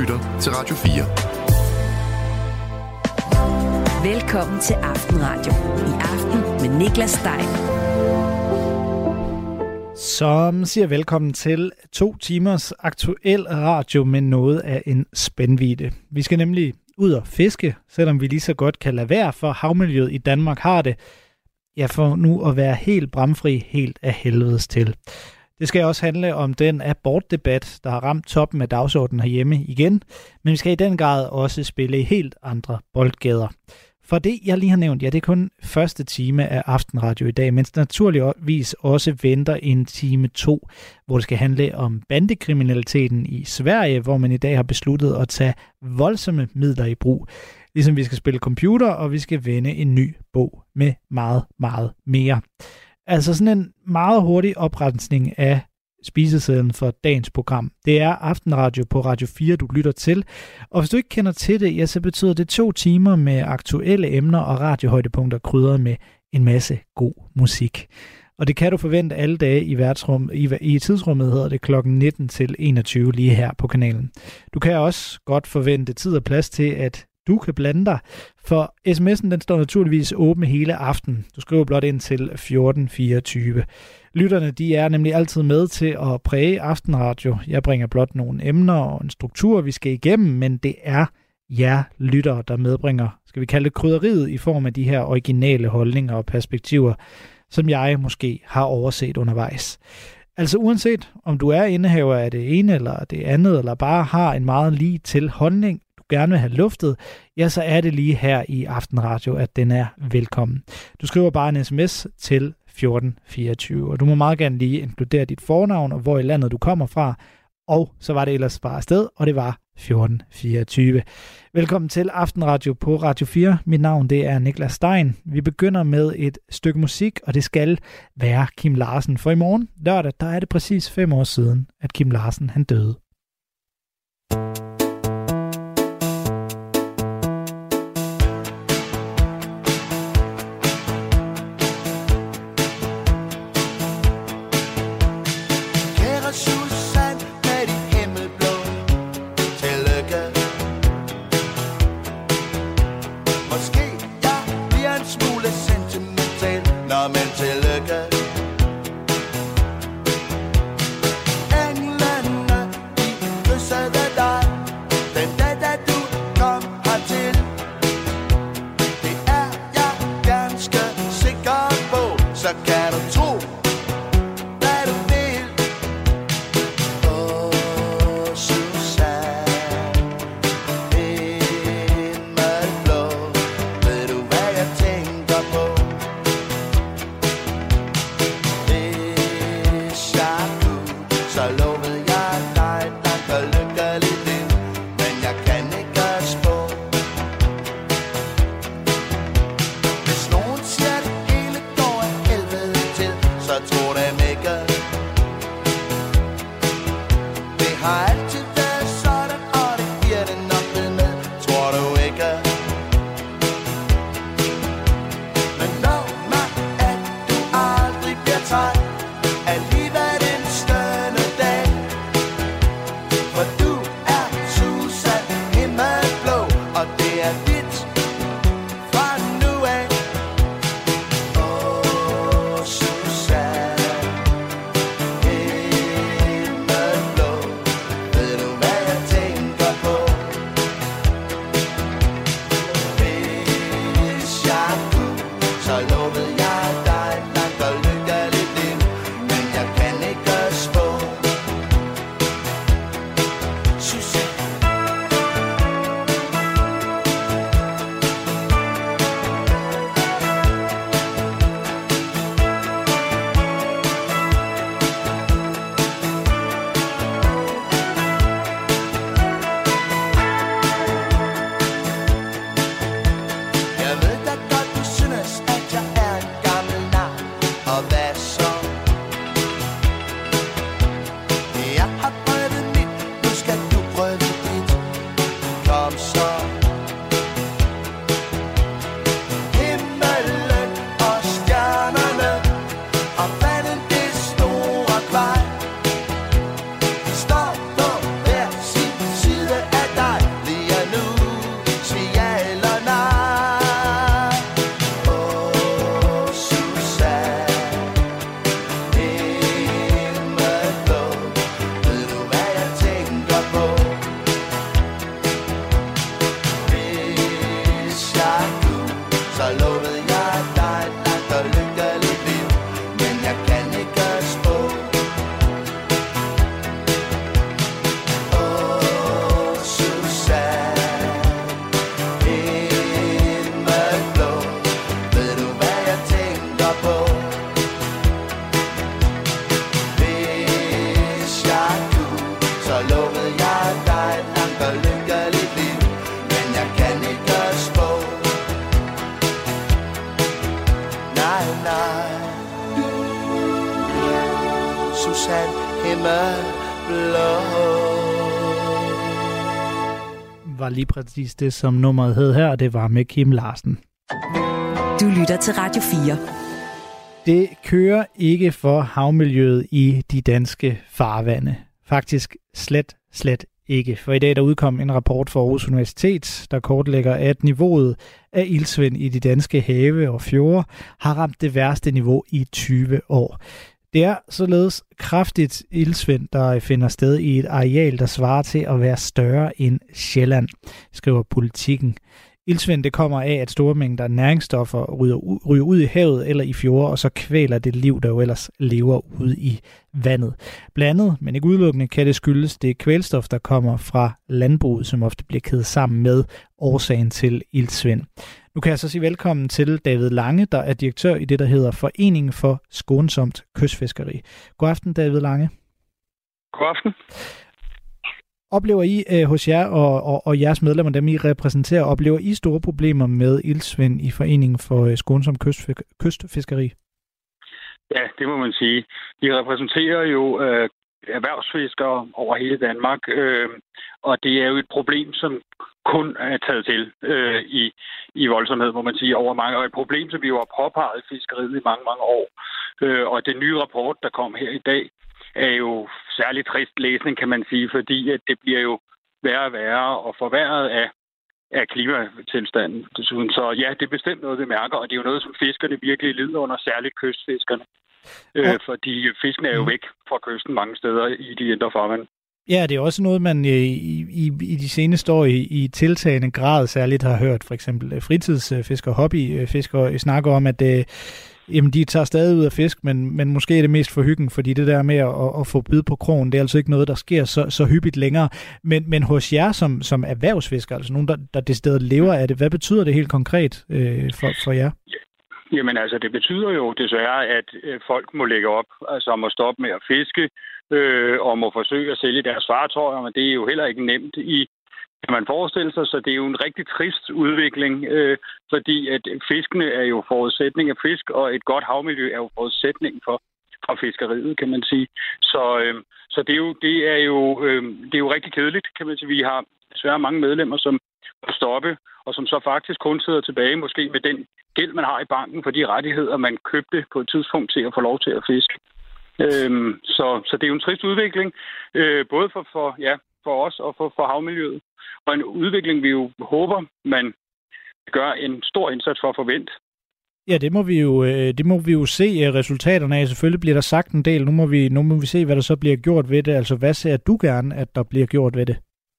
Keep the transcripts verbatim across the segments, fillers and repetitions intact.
lytter til Radio fire. Velkommen til Aftenradio. I aften med Niklas Stein. Som siger velkommen til to timers aktuel radio med noget af en spændvidde. Vi skal nemlig ud og fiske, selvom vi lige så godt kan lade være, for havmiljøet i Danmark har det, ja, for nu at være helt bramfri, helt af helvedes til. Det skal også handle om den abortdebat, der har ramt toppen af dagsordenen herhjemme igen, men vi skal i den grad også spille i helt andre boldgader. For det, jeg lige har nævnt, ja, det er kun første time af Aftenradio i dag, mens naturligvis også venter en time to, hvor det skal handle om bandekriminaliteten i Sverige, hvor man i dag har besluttet at tage voldsomme midler i brug. Ligesom vi skal spille computer, og vi skal vende en ny bog med meget, meget mere. Altså sådan en meget hurtig oprensning af spisesedlen for dagens program. Det er Aftenradio på Radio fire, du lytter til. Og hvis du ikke kender til det, ja, så betyder det to timer med aktuelle emner og radiohøjdepunkter krydret med en masse god musik. Og det kan du forvente alle dage i værtsrum, i, i tidsrummet hedder det klokken nitten til enogtyve lige her på kanalen. Du kan også godt forvente tid og plads til, at du kan blande dig, for sms'en den står naturligvis åben hele aften. Du skriver blot ind til fjorten fireogtyve. Lytterne de er nemlig altid med til at præge Aftenradio. Jeg bringer blot nogle emner og en struktur, vi skal igennem, men det er jer lyttere, der medbringer, skal vi kalde det krydderiet, i form af de her originale holdninger og perspektiver, som jeg måske har overset undervejs. Altså uanset om du er indehaver af det ene eller det andet, eller bare har en meget lige til holdning, gerne vil have luftet, ja, så er det lige her i Aftenradio, at den er velkommen. Du skriver bare en sms til fjorten fireogtyve, og du må meget gerne lige inkludere dit fornavn og hvor i landet du kommer fra, og så var det ellers bare afsted, og det var fjorten fireogtyve. Velkommen til Aftenradio på Radio fire. Mit navn det er Niklas Stein. Vi begynder med et stykke musik, og det skal være Kim Larsen, for i morgen, lørdag, der er det præcis fem år siden, at Kim Larsen han døde. Englænder lovet jeg dig et langt og lykkeligt liv, men jeg kan ikke spå. Nej, nej, Susanne Himmelblå. Var lige præcis det, som nummeret hed her, og det var med Kim Larsen. Du lytter til Radio fire. Det kører ikke for havmiljøet i de danske farvande. Faktisk slet, slet ikke. For i dag der udkom en rapport fra Aarhus Universitet, der kortlægger, at niveauet af iltsvind i de danske have og fjorde har ramt det værste niveau i tyve år. Det er således kraftigt iltsvind, der finder sted i et areal, der svarer til at være større end Sjælland, skriver Politikken. Iltsvind det kommer af, at store mængder næringsstoffer ryger ud i havet eller i fjorde, og så kvæler det liv, der jo ellers lever ude i vandet. Blandet, men ikke udelukkende, kan det skyldes det kvælstof, der kommer fra landbruget, som ofte bliver kædet sammen med årsagen til iltsvind. Nu kan jeg så sige velkommen til David Lange, der er direktør i det, der hedder Foreningen for Skånsomt Kystfiskeri. God aften, David Lange. God aften. Oplever I øh, hos jer og, og, og jeres medlemmer, dem I repræsenterer, oplever I store problemer med iltsvind i Foreningen for øh, Skånsomt Kystfik- Kystfiskeri? Ja, det må man sige. Vi repræsenterer jo øh, erhvervsfiskere over hele Danmark, øh, og det er jo et problem, som kun er taget til øh, i, i voldsomhed, må man sige, over mange år. Et problem, som vi jo har påpeget i fiskeriet i mange, mange år. Øh, og den nye rapport, der kom her i dag, er jo særligt trist læsning, kan man sige, fordi at det bliver jo værre og værre og forværret af, af klimatilstanden. Så ja, det er bestemt noget, vi mærker, og det er jo noget, som fiskerne virkelig lider under, særligt kystfiskerne. Ja. Øh, fordi fiskene er jo væk fra kysten mange steder i de indre farvande. Ja, det er også noget, man i, i, i de seneste år i, i tiltagende grad særligt har hørt. For eksempel fritidsfiskere, hobbyfiskere snakker om, at øh, jamen, de tager stadig ud af fisk, men, men måske er det mest for hyggen, fordi det der med at, at få bid på krogen, det er altså ikke noget, der sker så, så hyppigt længere. Men, men hos jer som, som erhvervsfiskere, altså nogen, der, der decideret lever af det, hvad betyder det helt konkret øh, for, for jer? Jamen altså, det betyder jo desværre, at øh, folk må lægge op, altså må stoppe med at fiske, øh, og må forsøge at sælge deres fartøjer, men det er jo heller ikke nemt i, kan man forestille sig, så det er jo en rigtig trist udvikling, øh, fordi at fiskene er jo forudsætning af fisk, og et godt havmiljø er jo forudsætning for, for fiskeriet, kan man sige. Så, øh, så det, er jo, det, er jo, øh, det er jo rigtig kedeligt, kan man sige. Vi har desværre mange medlemmer, som må stoppe, og som så faktisk kun sidder tilbage måske med den gæld, man har i banken for de rettigheder, man købte på et tidspunkt til at få lov til at fiske. Øhm, så, så det er jo en trist udvikling, øh, både for, for, ja, for os og for, for havmiljøet. Og en udvikling, vi jo håber, man gør en stor indsats for at forvente. Ja, det må vi jo, det må vi jo se resultaterne af. Selvfølgelig bliver der sagt en del. Nu må vi, nu må vi se, hvad der så bliver gjort ved det. Altså, hvad ser du gerne, at der bliver gjort ved det?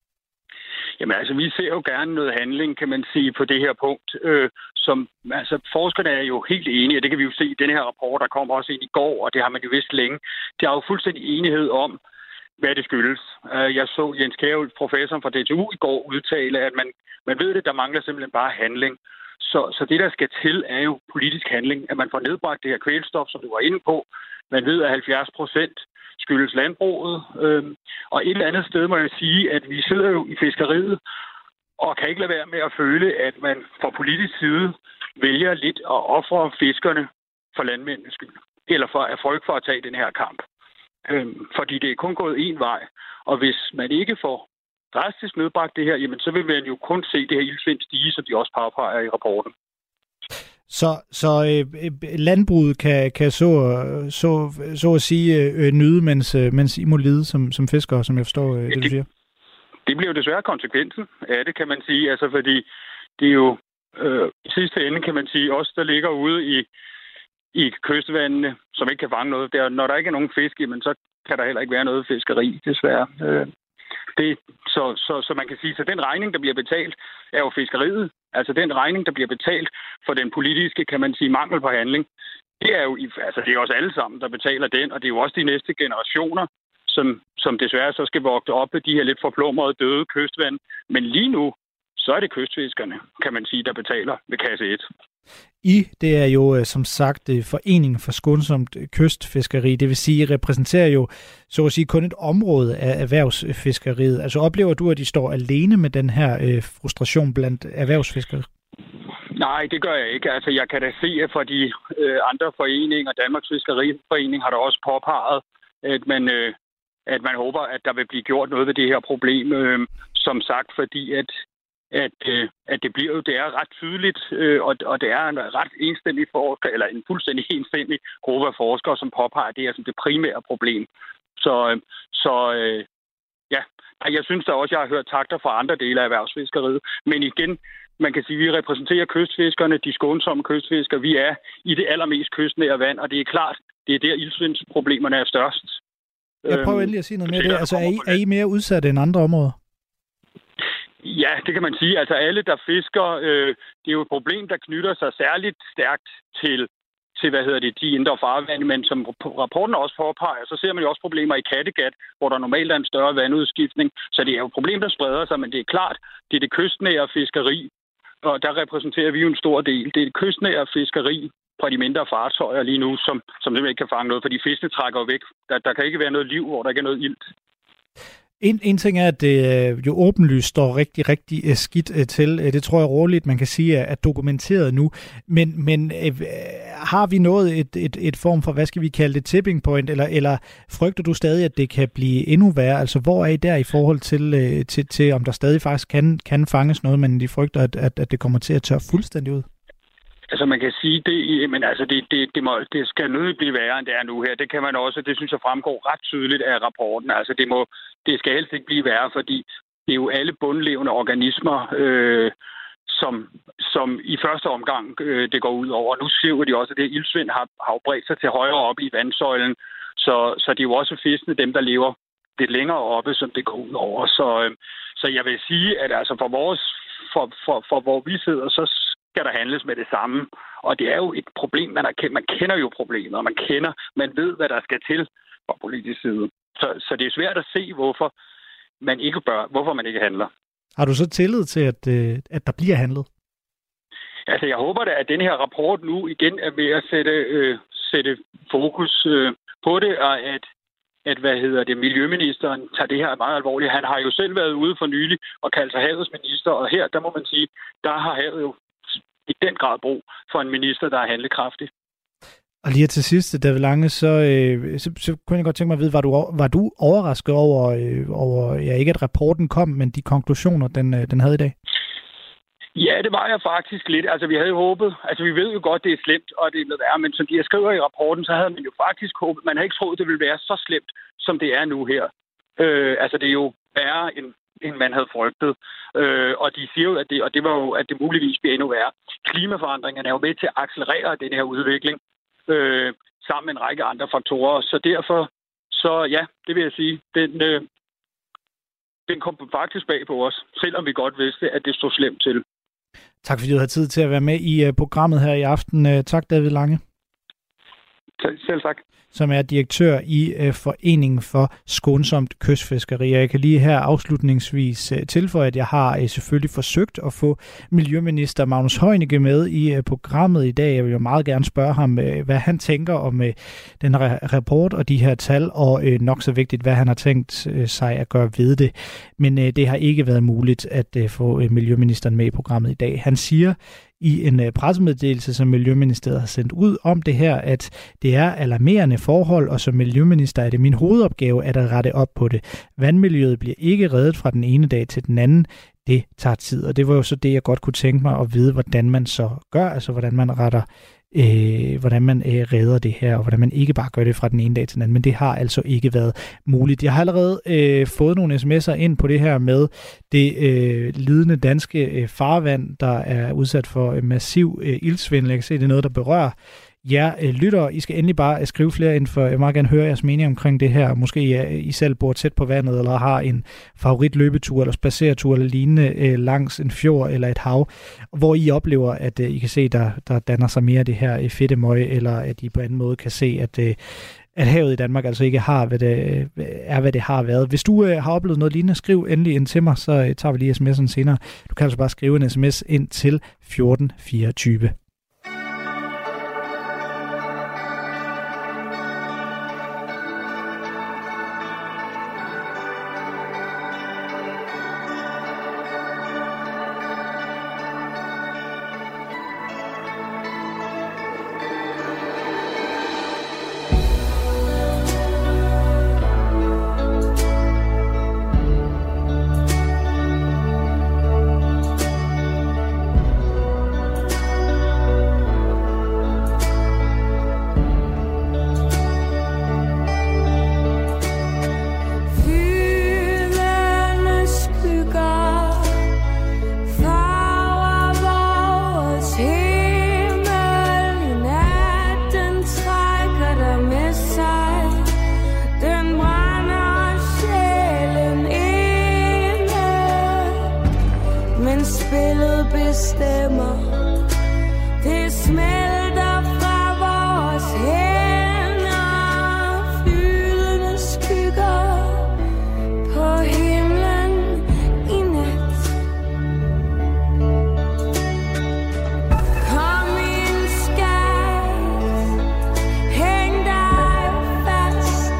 Jamen altså, vi ser jo gerne noget handling, kan man sige, på det her punkt, øh, som, altså, forskerne er jo helt enige, og det kan vi jo se i denne her rapport, der kom også ind i går, og det har man jo vidst længe. Der er jo fuldstændig enighed om, hvad det skyldes. Jeg så Jens Kjærulff, professoren fra D T U, i går udtale, at man, man ved det, der mangler simpelthen bare handling. Så, så det, der skal til, er jo politisk handling, at man får nedbragt det her kvælstof, som du var inde på. Man ved, at halvfjerds procent skyldes landbruget. Øhm, og et eller andet sted må jeg sige, at vi sidder jo i fiskeriet og kan ikke lade være med at føle, at man fra politisk side vælger lidt at ofre fiskerne for landmændenes skyld. Eller for at frygt for at tage den her kamp. Øhm, fordi det er kun gået én vej. Og hvis man ikke får drastisk nedbragt det her, jamen så vil man jo kun se det her iltsvind stige, som de også påpeger i rapporten. Så, så øh, landbruget kan, kan så, så, så at sige øh, nyde, mens, mens I må lide som, som fiskere, som jeg forstår øh, det, det, du siger? Det bliver jo desværre konsekvensen af det, kan man sige. Altså fordi det er jo øh, i sidste ende, kan man sige, os der ligger ude i, i kystvandene, som ikke kan fange noget. Der, når der ikke er nogen fisk, men så kan der heller ikke være noget fiskeri, desværre. Øh, det, så, så, så man kan sige, så den regning, der bliver betalt, er jo fiskeriet. Altså den regning, der bliver betalt for den politiske, kan man sige, mangel på handling. Det er jo altså det er os alle sammen, der betaler den, og det er jo også de næste generationer, som, som desværre så skal vogte op af de her lidt forplumrede, døde kystvand. Men lige nu, så er det kystfiskerne, kan man sige, der betaler ved kasse et. I, det er jo som sagt Foreningen for Skånsomt Kystfiskeri. Det vil sige, I repræsenterer jo så at sige kun et område af erhvervsfiskeriet. Altså oplever du, at de står alene med den her øh, frustration blandt erhvervsfiskere? Nej, det gør jeg ikke. Altså jeg kan da se, at for de øh, andre foreninger, Danmarks Fiskeriforening har da også påpeget, at man, øh, at man håber, at der vil blive gjort noget ved det her problem. Øh, som sagt, fordi at At, øh, at det bliver jo, det er ret tydeligt, øh, og, og det er en ret enstændig forsker, eller en fuldstændig enstændig gruppe af forskere, som påpeger, at det er som det primære problem. Så, øh, så øh, ja, jeg synes da også, jeg har hørt takter fra andre dele af erhvervsfiskeriet. Men igen, man kan sige, at vi repræsenterer kystfiskerne, de skånsomme kystfiskere. Vi er i det allermest kystnære vand, og det er klart, det er der iltsvindsproblemerne er størst. Jeg prøver endelig at sige noget mere det. Altså, er I, er I mere udsatte end andre områder? Ja, det kan man sige. Altså alle, der fisker, øh, det er jo et problem, der knytter sig særligt stærkt til, til hvad hedder det, de indre farvande, men som rapporten også påpeger, så ser man jo også problemer i Kattegat, hvor der normalt er en større vandudskiftning. Så det er jo et problem, der spreder sig, men det er klart, det er det kystnære fiskeri, og der repræsenterer vi jo en stor del. Det er det kystnære fiskeri fra de mindre fartøjer lige nu, som, som simpelthen ikke kan fange noget, fordi fiskene trækker væk. Der, der kan ikke være noget liv, hvor der ikke er noget ilt. En, en ting er, at det jo åbenlyst står rigtig, rigtig skidt til. Det tror jeg roligt, man kan sige, er dokumenteret nu. Men, men øh, har vi nået et, et, et form for, hvad skal vi kalde det, tipping point, eller, eller frygter du stadig, at det kan blive endnu værre? Altså, hvor er I der i forhold til, øh, til, til om der stadig faktisk kan, kan fanges noget, men de frygter, at, at, at det kommer til at tørre fuldstændig ud? Altså man kan sige, det, men altså det, det, det, må, det skal nødt blive værre, end det er nu her. Det kan man også, det synes jeg fremgår ret tydeligt af rapporten. Altså det, må, det skal helst ikke blive værre, fordi det er jo alle bundlevende organismer, øh, som, som i første omgang øh, det går ud over. Nu ser de også, at det iltsvind har, har bredt sig til højere op i vandsøjlen, så, så det er jo også fiskene, dem der lever lidt længere oppe, som det går ud over. Så, øh, så jeg vil sige, at altså for vores, for, for, for hvor vi sidder, så skal der handles med det samme. Og det er jo et problem, man, er, man kender jo problemet, og man kender, man ved, hvad der skal til fra politisk side. Så, så det er svært at se, hvorfor man ikke bør, hvorfor man ikke handler. Har du så tillid til, at, at der bliver handlet? Altså, jeg håber da, at den her rapport nu igen er ved at sætte, øh, sætte fokus øh, på det, og at, at hvad hedder det, miljøministeren tager det her meget alvorligt. Han har jo selv været ude for nylig og kaldt sig havets minister, og her, der må man sige, der har havet jo i den grad brug for en minister, der er handlekraftig. Og lige til sidst, David Lange, så, øh, så, så kunne jeg godt tænke mig at vide, var du, var du overrasket over, øh, over ja, ikke at rapporten kom, men de konklusioner, den, øh, den havde i dag? Ja, det var jeg faktisk lidt. Altså, vi havde jo håbet, altså vi ved jo godt, det er slemt, og det er noget værre, men som de skriver i rapporten, så havde man jo faktisk håbet, man havde ikke troet, det ville være så slemt, som det er nu her. Øh, altså, det er jo værre end end man havde frygtet. Øh, og de siger jo, at det, og det var jo, at det muligvis bliver endnu værre. Klimaforandringerne er jo med til at accelerere den her udvikling, øh, sammen med en række andre faktorer. Så derfor, så ja, det vil jeg sige, den, øh, den kom faktisk bag på os, selvom vi godt vidste, at det stod slemt til. Tak fordi du havde tid til at være med i uh, programmet her i aften. Uh, tak, David Lange. Selv tak. Som er direktør i uh, Foreningen for Skånsomt Kystfiskeri. Jeg kan lige her afslutningsvis uh, tilføje, at jeg har uh, selvfølgelig forsøgt at få miljøminister Magnus Heunicke med i uh, programmet i dag. Jeg vil jo meget gerne spørge ham, uh, hvad han tænker om uh, den her rapport og de her tal, og uh, nok så vigtigt, hvad han har tænkt uh, sig at gøre ved det. Men uh, det har ikke været muligt at uh, få uh, miljøministeren med i programmet i dag. Han siger i en pressemeddelelse, som Miljøministeriet har sendt ud om det her, at det er alarmerende forhold, og som miljøminister er det min hovedopgave at rette op på det. Vandmiljøet bliver ikke reddet fra den ene dag til den anden. Det tager tid, og det var jo så det, jeg godt kunne tænke mig at vide, hvordan man så gør, altså hvordan man retter Øh, hvordan man øh, redder det her, og hvordan man ikke bare gør det fra den ene dag til den anden, men det har altså ikke været muligt. Jeg har allerede øh, fået nogle sms'er ind på det her med det øh, lidende danske øh, farvand, der er udsat for øh, massiv øh, iltsvindel. Jeg kan se, det er noget, der berører jer øh, lyttere. I skal endelig bare skrive flere ind, for jeg vil meget gerne høre jeres mening omkring det her. Måske ja, I selv bor tæt på vandet, eller har en favorit løbetur, eller spaceretur, eller lignende øh, langs en fjord eller et hav, hvor I oplever, at øh, I kan se, der, der danner sig mere det her øh, fedtemøg, eller at I på anden måde kan se, at øh, at havet i Danmark altså ikke har, hvad det er, hvad det har været. Hvis du øh, har oplevet noget lignende, skriv endelig ind til mig, så øh, tager vi lige sms'en senere. Du kan altså bare skrive en sms ind til fjorten fireogtyve. stemmer. Det smelter fra vores hænder, fyldende skygger på himlen i nat. Kom ind, skat, hæng dig fast.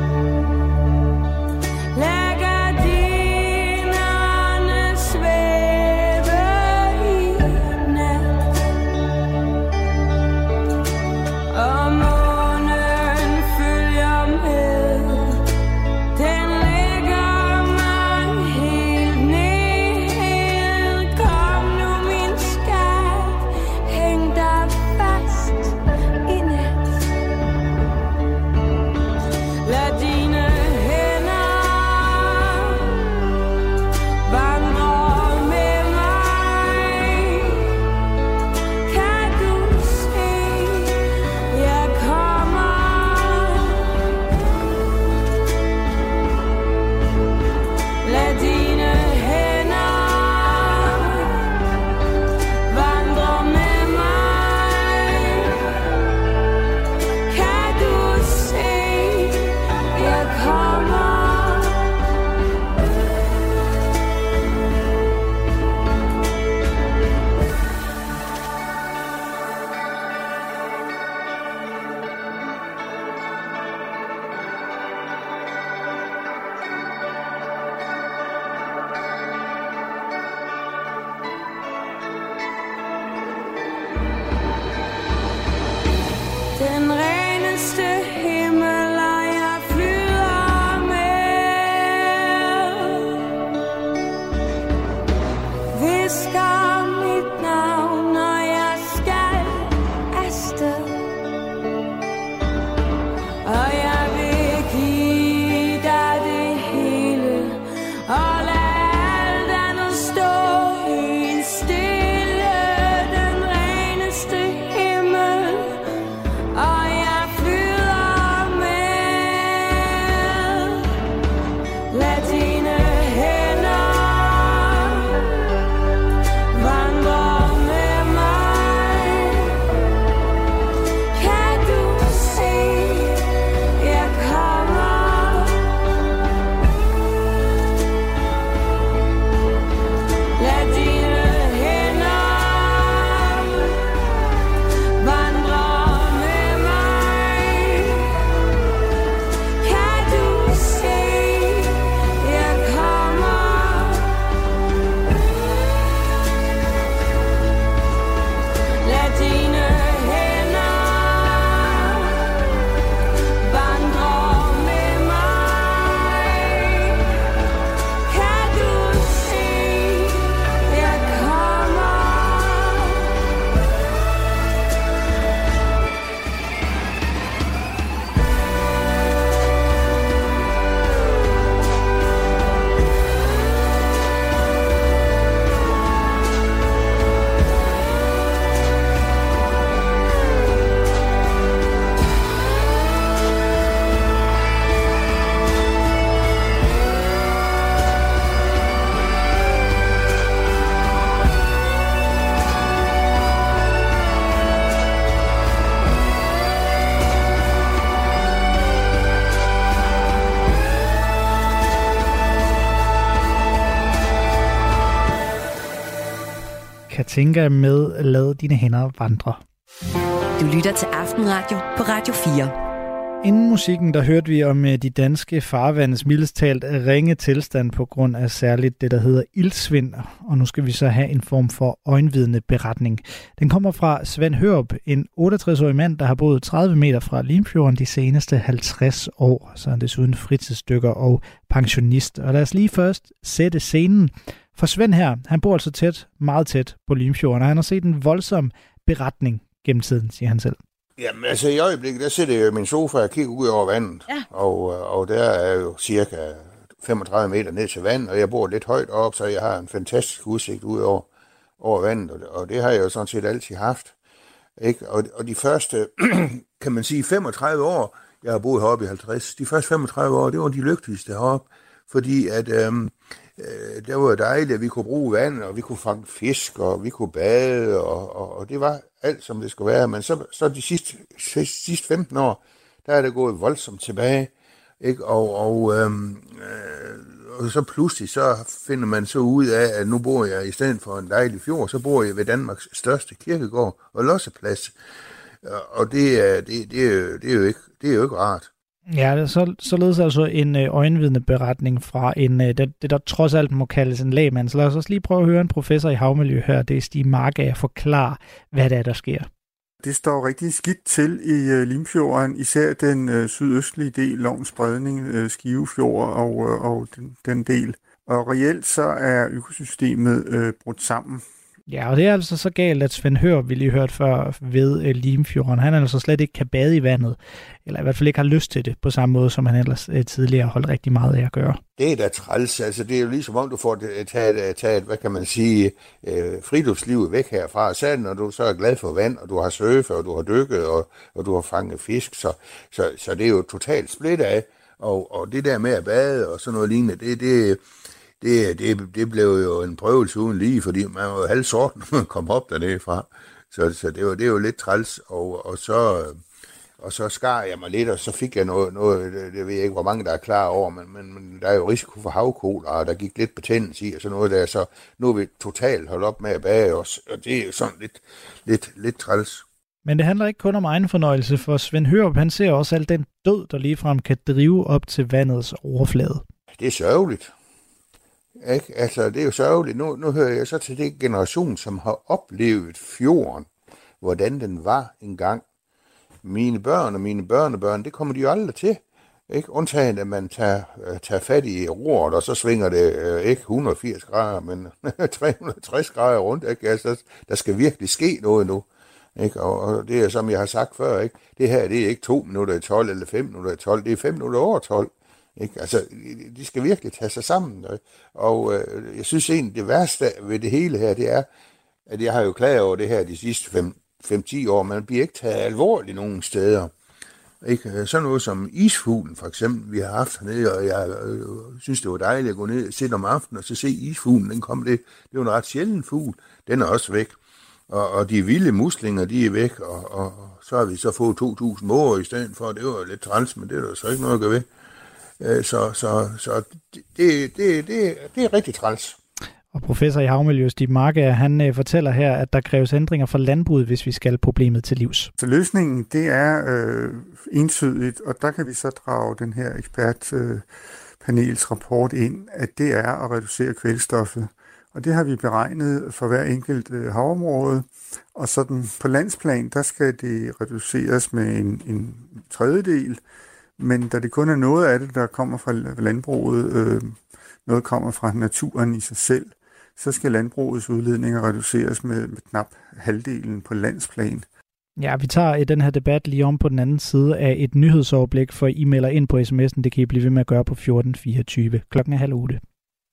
Lad gardinerne svæve i nat. Og månen følger med. Den lægger mig helt ned. Kom nu, min skat, hæng dig fast i nat. Lad dine hænder vandre med mig. Kan du se, jeg kommer? Lad dine hænder vandre med mig. Kan du se, jeg kommer? Den reneste himmel, og jeg flyder med. Hvisker mit navn, når jeg skal afsted. Og jeg vil give dig det hele, og lad alt andet stå helt stille. Den reneste himmel, og jeg flyder med. Lad dine hænder vandre med mig. Kan du se, jeg kommer? Lad dine hænder vandre med mig. Kan du se, jeg kommer? Lad dine hænder vandre med mig. Kan du se, jeg kommer? Katinka med Lad dine hænder vandre. Du lytter til Aftenradio på Radio fire. Inden musikken, der hørte vi om de danske farvandes mildest talt ringe tilstand på grund af særligt det, der hedder iltsvind. Og nu skal vi så have en form for øjenvidende beretning. Den kommer fra Svend Hørup, en otteogtres-årig mand, der har boet tredive meter fra Limfjorden de seneste halvtreds år. Så er han desuden fritidsdykker og pensionist. Og lad os lige først sætte scenen. For Svend her, han bor altså tæt, meget tæt på Limfjorden, og han har set en voldsom beretning gennem tiden, siger han selv. Jamen altså i øjeblikket, der sidder jeg i min sofa og kigger ud over vandet, ja. og, og der er jo cirka femogtredive meter ned til vand, og jeg bor lidt højt op, så jeg har en fantastisk udsigt ud over, over vandet, og, og det har jeg jo sådan set altid haft. Ikke? Og, og de første, kan man sige, femogtredive år, jeg har boet heroppe i halvtreds, de første femogtredive år, det var de lykkeligste heroppe, fordi at øhm, øh, det var dejligt, at vi kunne bruge vand, og vi kunne fange fisk, og vi kunne bade, og, og, og det var alt, som det skulle være. Men så, så de sidste, sidste femten år, der er det gået voldsomt tilbage, ikke? Og, og, øhm, øh, og så pludselig så finder man så ud af, at nu bor jeg i stedet for en dejlig fjord, så bor jeg ved Danmarks største kirkegård og losseplads. Og det er, det, det, er, jo, det, er, jo ikke, det er jo ikke rart. Ja, det er så, således altså en øjenvidende beretning fra en, det, det, der trods alt må kaldes en lægmand. Så lad os også lige prøve at høre en professor i havmiljø her, det er Stig Markager, forklare, hvad det er, der sker. Det står rigtig skidt til i uh, Limfjorden, især den uh, sydøstlige del, Lovns Bredning, uh, Skivefjord og, uh, og den, den del. Og reelt så er økosystemet uh, brudt sammen. Ja, og det er altså så galt, at Svend Hør, vi lige hørt før ved uh, Limfjorden, han altså slet ikke kan bade i vandet, eller i hvert fald ikke har lyst til det, på samme måde, som han ellers uh, tidligere holdt rigtig meget af at gøre. Det er da træls, altså det er jo ligesom om, du får taget, taget hvad kan man sige, øh, friluftslivet væk herfra. Selv når du så er glad for vand, og du har surfet, og du har dykket, og, og du har fanget fisk, så, så, så det er jo totalt splidt af, og, og det der med at bade og sådan noget lignende, det det Det, det, det blev jo en prøvelse uden lige, fordi man var jo halv sort, når man kom op dernede fra. Så, så det, var, det er jo lidt træls, og, og, så, og så skar jeg mig lidt, og så fik jeg noget, noget det, det ved jeg ikke, hvor mange der er klar over, men, men, men der er jo risiko for havkoler, og der gik lidt betændelse i, og sådan noget der, så nu er vi totalt holdt op med at bage os, og det er jo sådan lidt, lidt, lidt træls. Men det handler ikke kun om egen fornøjelse, for Svend Hørup, han ser også al den død, der ligefrem kan drive op til vandets overflade. Det er sørgeligt. Ikke? Altså, det er jo sørgeligt. Nu, nu hører jeg så til den generation, som har oplevet fjorden, hvordan den var engang. Mine børn og mine børnebørn, det kommer de jo aldrig til. Ikke? Undtagen, at man tager, tager fat i roret, og så svinger det øh, ikke et hundrede og firs grader, men tre hundrede og tres grader rundt. Ikke? Altså, der skal virkelig ske noget nu. Ikke? Og, og det er, som jeg har sagt før, ikke? Det her det er ikke to minutter i tolv eller fem minutter i tolv, det er fem minutter over tolv. Ikke? Altså, de skal virkelig tage sig sammen. Og øh, jeg synes egentlig, det værste ved det hele her, det er, at jeg har jo klaget over det her de sidste fem til ti år, men man bliver ikke taget alvorligt nogen steder. Ikke? Sådan noget som isfuglen, for eksempel, vi har haft hernede, og jeg øh, synes, det var dejligt at gå ned og sætte om aftenen, og så se isfuglen, den kom det. Det er jo en ret sjælden fugl, den er også væk. Og, og de vilde muslinger, de er væk, og, og, og så har vi så fået to tusind måger i stedet for, det var lidt træls, men det er der så ikke noget at gøre ved. Så, så, så det, det, det, det er rigtig træls. Og professor i havmiljø, Stig Markager, han øh, fortæller her, at der kræves ændringer for landbruget, hvis vi skal problemet til livs. Så løsningen, det er øh, entydigt, og der kan vi så drage den her ekspertpanels øh, rapport ind, at det er at reducere kvælstoffet. Og det har vi beregnet for hver enkelt øh, havområde. Og sådan på landsplan, der skal det reduceres med en, en tredjedel. Men da det kun er noget af det, der kommer fra landbruget, øh, noget kommer fra naturen i sig selv, så skal landbrugets udledninger reduceres med, med knap halvdelen på landsplan. Ja, vi tager den her debat lige om på den anden side af et nyhedsoverblik, for I melder ind på sms'en. Det kan I blive ved med at gøre på fjorten fireogtyve. Klokken er halv otte.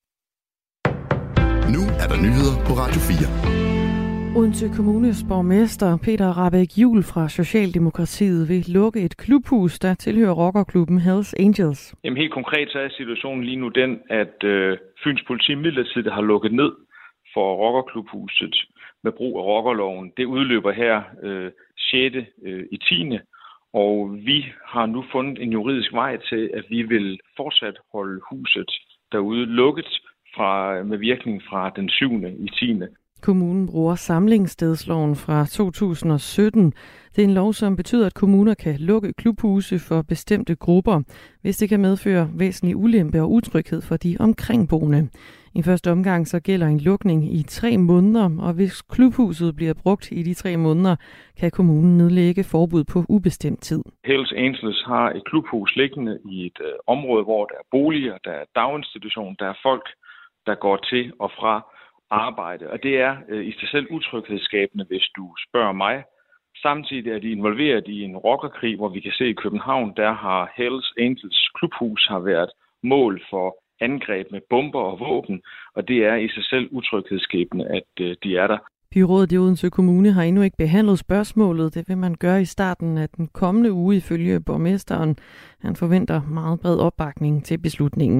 Nu er der nyheder på Radio fire. Odense Kommunes borgmester Peter Rahbæk Juhl fra Socialdemokratiet vil lukke et klubhus, der tilhører rockerklubben Hells Angels. Jamen helt konkret så er situationen lige nu den, at øh, Fyns politi midlertidigt har lukket ned for rockerklubhuset med brug af rockerloven. Det udløber her øh, sjette Øh, i tiende og vi har nu fundet en juridisk vej til, at vi vil fortsat holde huset derude lukket fra, med virkning fra den syvende i tiende Kommunen bruger samlingsstedsloven fra to tusind og sytten. Det er en lov, som betyder, at kommuner kan lukke klubhuse for bestemte grupper, hvis det kan medføre væsentlig ulempe og utryghed for de omkringboende. I første omgang så gælder en lukning i tre måneder, og hvis klubhuset bliver brugt i de tre måneder, kan kommunen nedlægge forbud på ubestemt tid. Hells Angels har et klubhus liggende i et øh, område, hvor der er boliger, der er daginstitution, der er folk, der går til og fra arbejde. Og det er øh, i sig selv utryghedsskabende, hvis du spørger mig. Samtidig er de involveret i en rockerkrig, hvor vi kan se i København, der har Hells Angels klubhus har været mål for angreb med bomber og våben, og det er i sig selv utryghedsskabende, at øh, de er der. Byrådet i Odense Kommune har endnu ikke behandlet spørgsmålet. Det vil man gøre i starten af den kommende uge ifølge borgmesteren. Han forventer meget bred opbakning til beslutningen.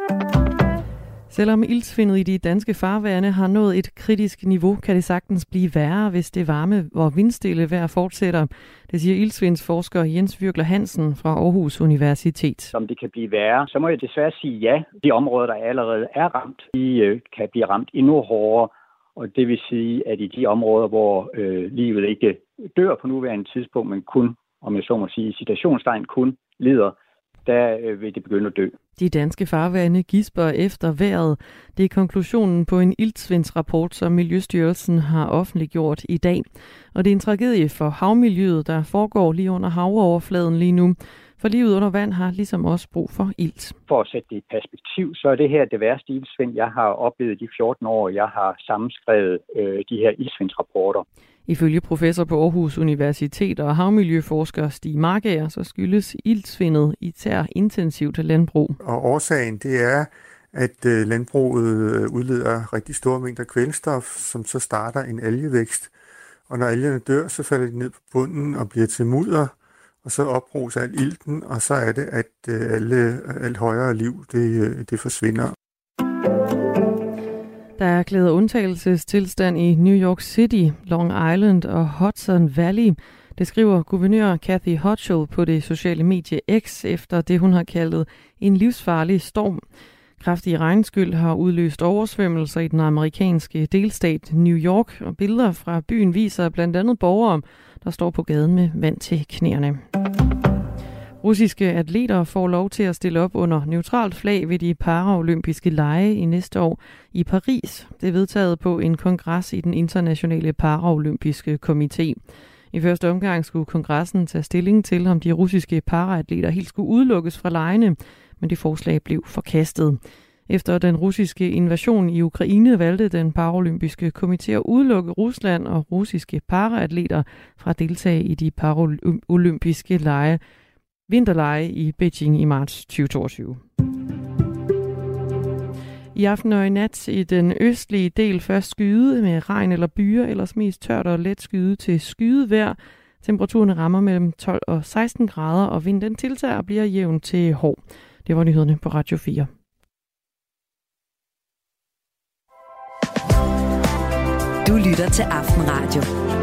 Selvom iltsvindet i de danske farvande har nået et kritisk niveau, kan det sagtens blive værre, hvis det varme og vindstille vejr fortsætter. Det siger iltsvindsforsker Jens Virkler Hansen fra Aarhus Universitet. Om det kan blive værre, så må jeg desværre sige ja. De områder, der allerede er ramt, de kan blive ramt endnu hårdere. Og det vil sige, at i de områder, hvor øh, livet ikke dør på nuværende tidspunkt, men kun, om jeg så må sige, citationstegn kun lider, der øh, vil det begynde at dø. De danske farvande gisper efter vejret. Det er konklusionen på en iltsvindsrapport, som Miljøstyrelsen har offentliggjort i dag. Og det er en tragedie for havmiljøet, der foregår lige under havoverfladen lige nu. For livet under vand har ligesom også brug for ilt. For at sætte det i perspektiv, så er det her det værste iltsvind, jeg har oplevet de fjorten år, jeg har sammenskrevet øh, de her iltsvindsrapporter. Ifølge professor på Aarhus Universitet og havmiljøforsker Stig Markager, så skyldes iltsvindet især intensivt landbrug. Og årsagen det er, at landbruget udleder rigtig store mængder kvælstof, som så starter en algevækst. Og når algerne dør, så falder de ned på bunden og bliver til mudder, og så opbruges al ilten, og så er det, at alle, alt højere liv det, det forsvinder. Der er erklæret undtagelsestilstand i New York City, Long Island og Hudson Valley. Det skriver guvernør Kathy Hochul på det sociale medie X efter det, hun har kaldt en livsfarlig storm. Kraftige regnskyld har udløst oversvømmelser i den amerikanske delstat New York, og billeder fra byen viser blandt andet borgere, der står på gaden med vand til knæerne. Russiske atleter får lov til at stille op under neutralt flag ved de paraolympiske lege i næste år i Paris. Det er vedtaget på en kongres i den internationale paraolympiske komité. I første omgang skulle kongressen tage stilling til, om de russiske paraatleter helt skulle udelukkes fra legene, men det forslag blev forkastet. Efter den russiske invasion i Ukraine valgte den paraolympiske komité at udelukke Rusland og russiske paraatleter fra at deltage i de paraolympiske lege. Vinterlege i Beijing i marts tyve toogtyve. I aften og i nat i den østlige del først skyde med regn eller byer, ellers mest tørt og let skyde til skydevejr. Temperaturen rammer mellem tolv og seksten grader, og vinden tiltager og bliver jævn til hård. Det var nyhederne på Radio fire. Du lytter til Aftenradio.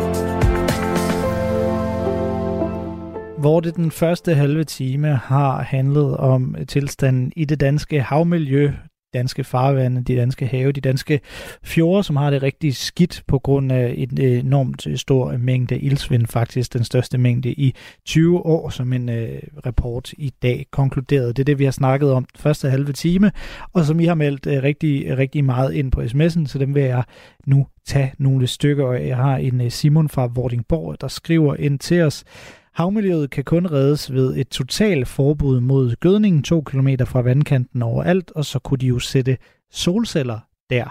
Hvor det den første halve time har handlet om tilstanden i det danske havmiljø, danske farvande, de danske have, de danske fjorde, som har det rigtig skidt på grund af en enormt stor mængde iltsvind, faktisk den største mængde i tyve år, som en uh, rapport i dag konkluderede. Det er det, vi har snakket om første halve time, og som I har meldt uh, rigtig, rigtig meget ind på sms'en, så dem vil jeg nu tage nogle stykker. Jeg har en uh, Simon fra Vordingborg, der skriver ind til os: havmiljøet kan kun reddes ved et totalt forbud mod gødning to kilometer fra vandkanten overalt, og så kunne de jo sætte solceller der.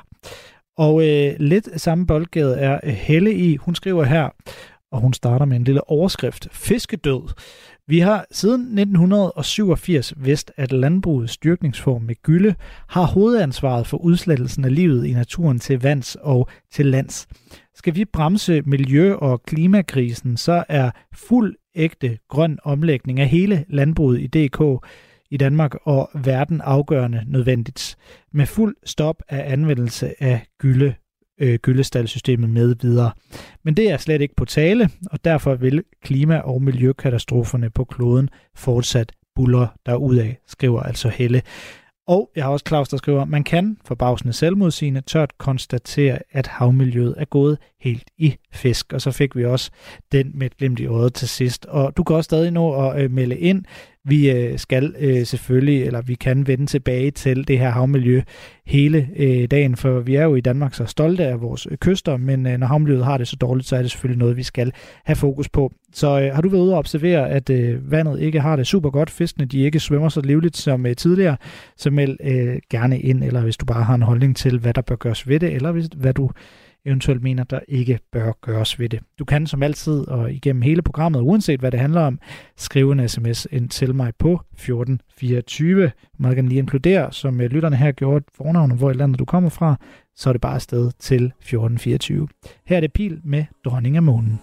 Og øh, lidt samme boldgade er Helle i. Hun skriver her, og hun starter med en lille overskrift: fiskedød. Vi har siden nitten syvogfirs vidst, at landbrugets dyrkningsform med gylde har hovedansvaret for udslettelsen af livet i naturen til vands og til lands. Skal vi bremse miljø- og klimakrisen, så er fuld ægte grøn omlægning af hele landbruget i D K i Danmark og verden afgørende nødvendigt. Med fuld stop af anvendelse af gylde, øh, gyldestaldsystemet med videre. Men det er slet ikke på tale, og derfor vil klima- og miljøkatastroferne på kloden fortsat buldre derudad, skriver altså Helle. Og jeg har også Claus, der skriver: man kan forbavsende selvmodsigende tørt konstatere, at havmiljøet er gået helt i fisk. Og så fik vi også den med et glimt i øjet til sidst. Og du kan også stadig nå at øh, melde ind. Vi øh, skal øh, selvfølgelig, eller vi kan vende tilbage til det her havmiljø hele øh, dagen, for vi er jo i Danmark så stolte af vores øh, kyster, men øh, når havmiljøet har det så dårligt, så er det selvfølgelig noget, vi skal have fokus på. Så øh, har du været ude og observere, at øh, vandet ikke har det super godt, fiskene de ikke svømmer så livligt som øh, tidligere, så meld øh, gerne ind, eller hvis du bare har en holdning til, hvad der bør gøres ved det, eller hvis, hvad du eventuelt mener, der ikke bør gøres ved det. Du kan som altid og igennem hele programmet, uanset hvad det handler om, skrive en sms ind til mig på fjorten fireogtyve. Man kan lige inkludere, som lytterne her gjorde, fornavnet, hvor i landet du kommer fra, så er det bare afsted til fjorten fireogtyve. Her er det Pil med Dronning af Månen.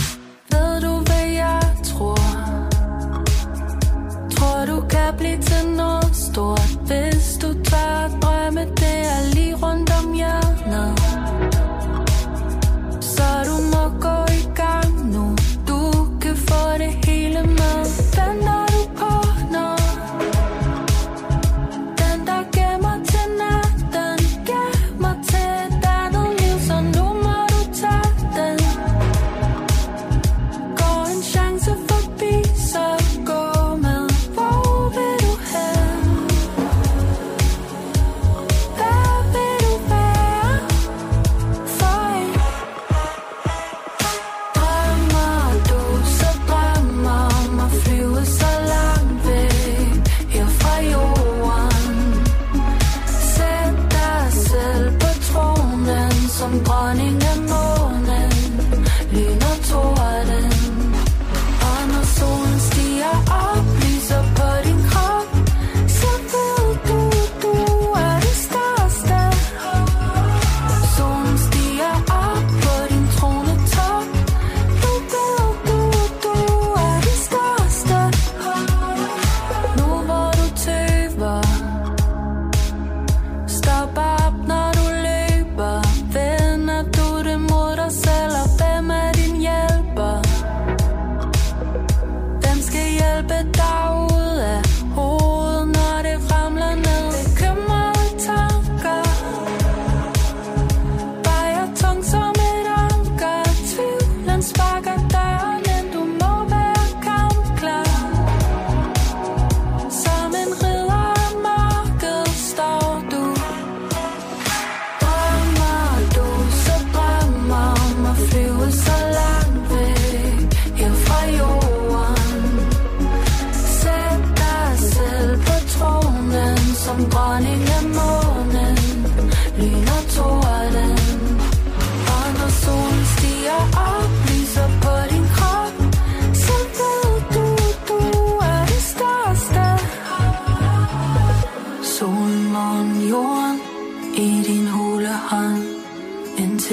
Ved du, hvad jeg tror? Tror du kan blive til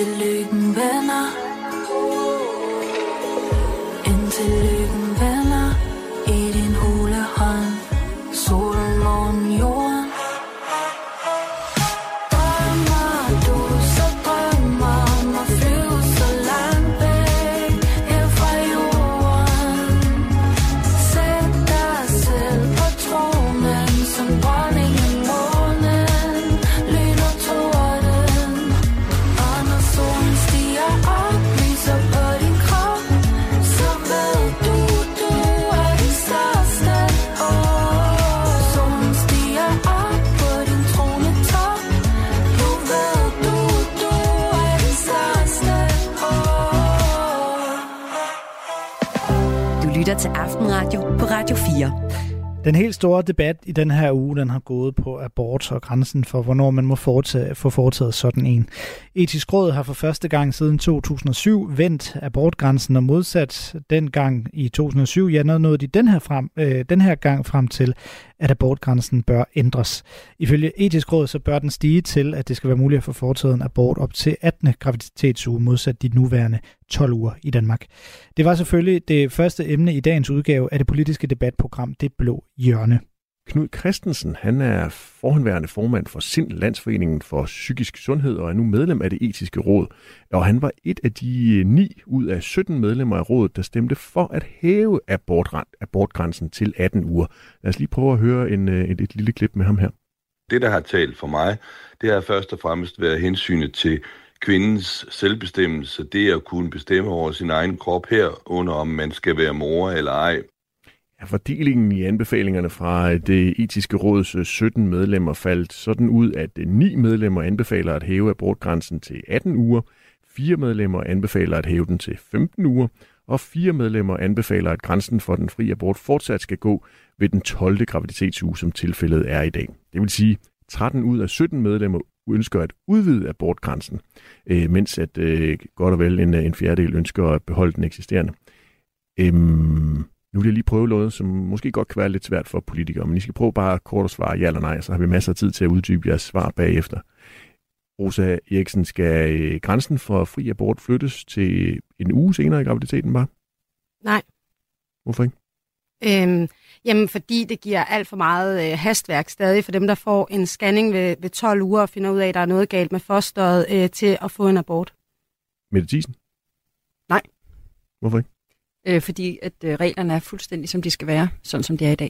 Indtil lykken vender, indtil lykken vender i din hule hånd. Solen, månen, jorden. Drømmer du, så drømmer om at flyve så langt væk her fra jorden. Sæt dig selv på tronen som dronning i månen. Lyn og torden. Og når solen stiger op, lyser på din krop, så ved du, du er den største. Åh, solen stiger op på din tronetop. Nu ved du, du er den største. Åh. Du lytter til Aftenradio på Radio fire. Den helt store debat i den her uge, den har gået på abort og grænsen for, hvornår man må foretage, få foretaget sådan en. Etisk Råd har for første gang siden to tusind og syv vendt abortgrænsen og modsat dengang i to tusind og syv. Ja, nåede de den her, frem, øh, den her gang frem til, at abortgrænsen bør ændres. Ifølge Etisk Råd så bør den stige til, at det skal være muligt at få foretaget en abort op til attende graviditetsuge, modsat de nuværende tolv uger i Danmark. Det var selvfølgelig det første emne i dagens udgave af det politiske debatprogram Det Blå Hjørne. Knud Christensen, han er forhenværende formand for SIND, Landsforeningen for Psykisk Sundhed, og er nu medlem af det etiske råd. Og han var et af de ni ud af sytten medlemmer af rådet, der stemte for at hæve abortgrænsen til atten uger. Lad os lige prøve at høre en, et, et lille klip med ham her. Det, der har talt for mig, det har først og fremmest været hensynet til kvindens selvbestemmelse, det at kunne bestemme over sin egen krop herunder, om man skal være mor eller ej. Ja, fordelingen i anbefalingerne fra det etiske råds sytten medlemmer faldt sådan ud, at ni medlemmer anbefaler at hæve abortgrænsen til atten uger, fire medlemmer anbefaler at hæve den til femten uger, og fire medlemmer anbefaler, at grænsen for den frie abort fortsat skal gå ved den tolvte graviditetsuge, som tilfældet er i dag. Det vil sige, tretten ud af sytten medlemmer ønsker at udvide abortgrænsen, øh, mens at øh, godt og vel en, en fjerdedel ønsker at beholde den eksisterende. Øhm, nu vil jeg lige prøve noget, som måske godt kan være lidt svært for politikere, men I skal prøve bare kort at svare ja eller nej, så har vi masser af tid til at uddybe jeres svar bagefter. Rosa Eriksen, skal øh, grænsen for fri abort flyttes til en uge senere i graviditeten bare? Nej. Hvorfor ikke? Øhm, jamen, fordi det giver alt for meget øh, hastværk stadig for dem, der får en scanning ved, ved tolv uger og finder ud af, at der er noget galt med fosteret øh, til at få en abort. Mette Thiesen? Nej. Hvorfor ikke? Øh, fordi at øh, reglerne er fuldstændig, som de skal være, sådan som de er i dag.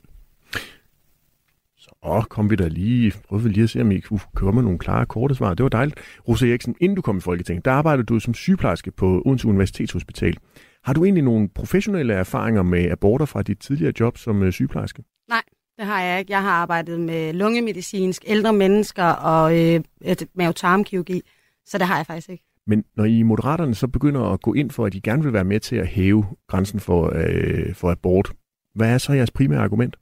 Så kom vi da lige, prøvede vi lige at se, om I kunne komme med nogle klare, korte svar. Det var dejligt. Rosa Eriksen, inden du kom i Folketinget, der arbejdede du som sygeplejerske på Odense Universitetshospital. Har du egentlig nogle professionelle erfaringer med aborter fra dit tidligere job som sygeplejerske? Nej, det har jeg ikke. Jeg har arbejdet med lungemedicinsk, ældre mennesker og øh, mave-tarmkirurgi, så det har jeg faktisk ikke. Men når I Moderaterne så begynder at gå ind for, at I gerne vil være med til at hæve grænsen for, øh, for abort, hvad er så jeres primære argument?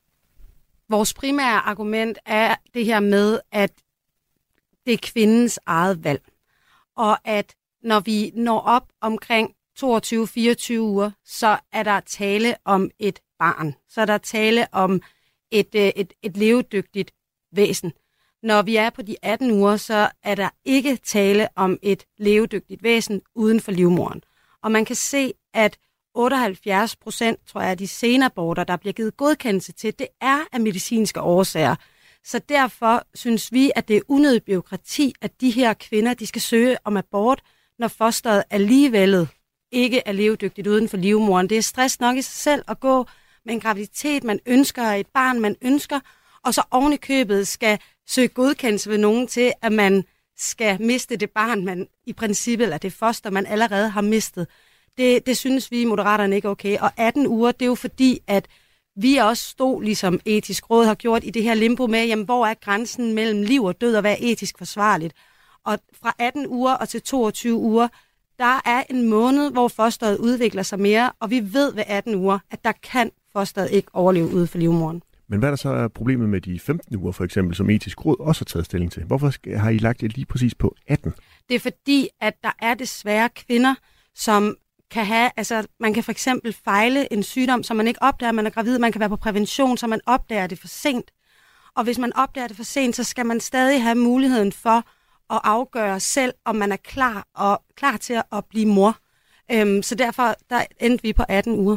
Vores primære argument er det her med, at det er kvindens eget valg. Og at når vi når op omkring toogtyve til fireogtyve uger, så er der tale om et barn. Så er der tale om et, et, et levedygtigt væsen. Når vi er på de atten uger, så er der ikke tale om et levedygtigt væsen uden for livmoderen. Og man kan se, at otteoghalvfjerds procent, tror jeg, af de senaborter, der bliver givet godkendelse til, det er af medicinske årsager. Så derfor synes vi, at det er unødigt bureaukrati, at de her kvinder, de skal søge om abort, når fosteret alligevel ikke er levedygtigt uden for livmoderen. Det er stress nok i sig selv at gå med en graviditet, man ønsker, et barn, man ønsker, og så oven i købet skal søge godkendelse ved nogen til, at man skal miste det barn, man i princippet, eller det foster, man allerede har mistet. Det, det synes vi i Moderaterne ikke er okay. Og atten uger, det er jo fordi, at vi også stod, ligesom Etisk Råd har gjort, i det her limbo med, jamen, hvor er grænsen mellem liv og død, og hvad er etisk forsvarligt? Og fra atten uger og til toogtyve uger, der er en måned, hvor fosteret udvikler sig mere, og vi ved ved atten uger, at der kan fosteret ikke overleve ude for livmoderen. Men hvad er der så problemet med de femten uger, for eksempel, som Etisk Råd også har taget stilling til? Hvorfor har I lagt det lige præcis på atten? Det er fordi, at der er desværre kvinder, som kan have, altså man kan for eksempel fejle en sygdom, som man ikke opdager, man er gravid, man kan være på prævention, så man opdager det for sent. Og hvis man opdager det for sent, så skal man stadig have muligheden for at afgøre selv, om man er klar og klar til at blive mor. Øhm, så derfor der endte vi på atten uger.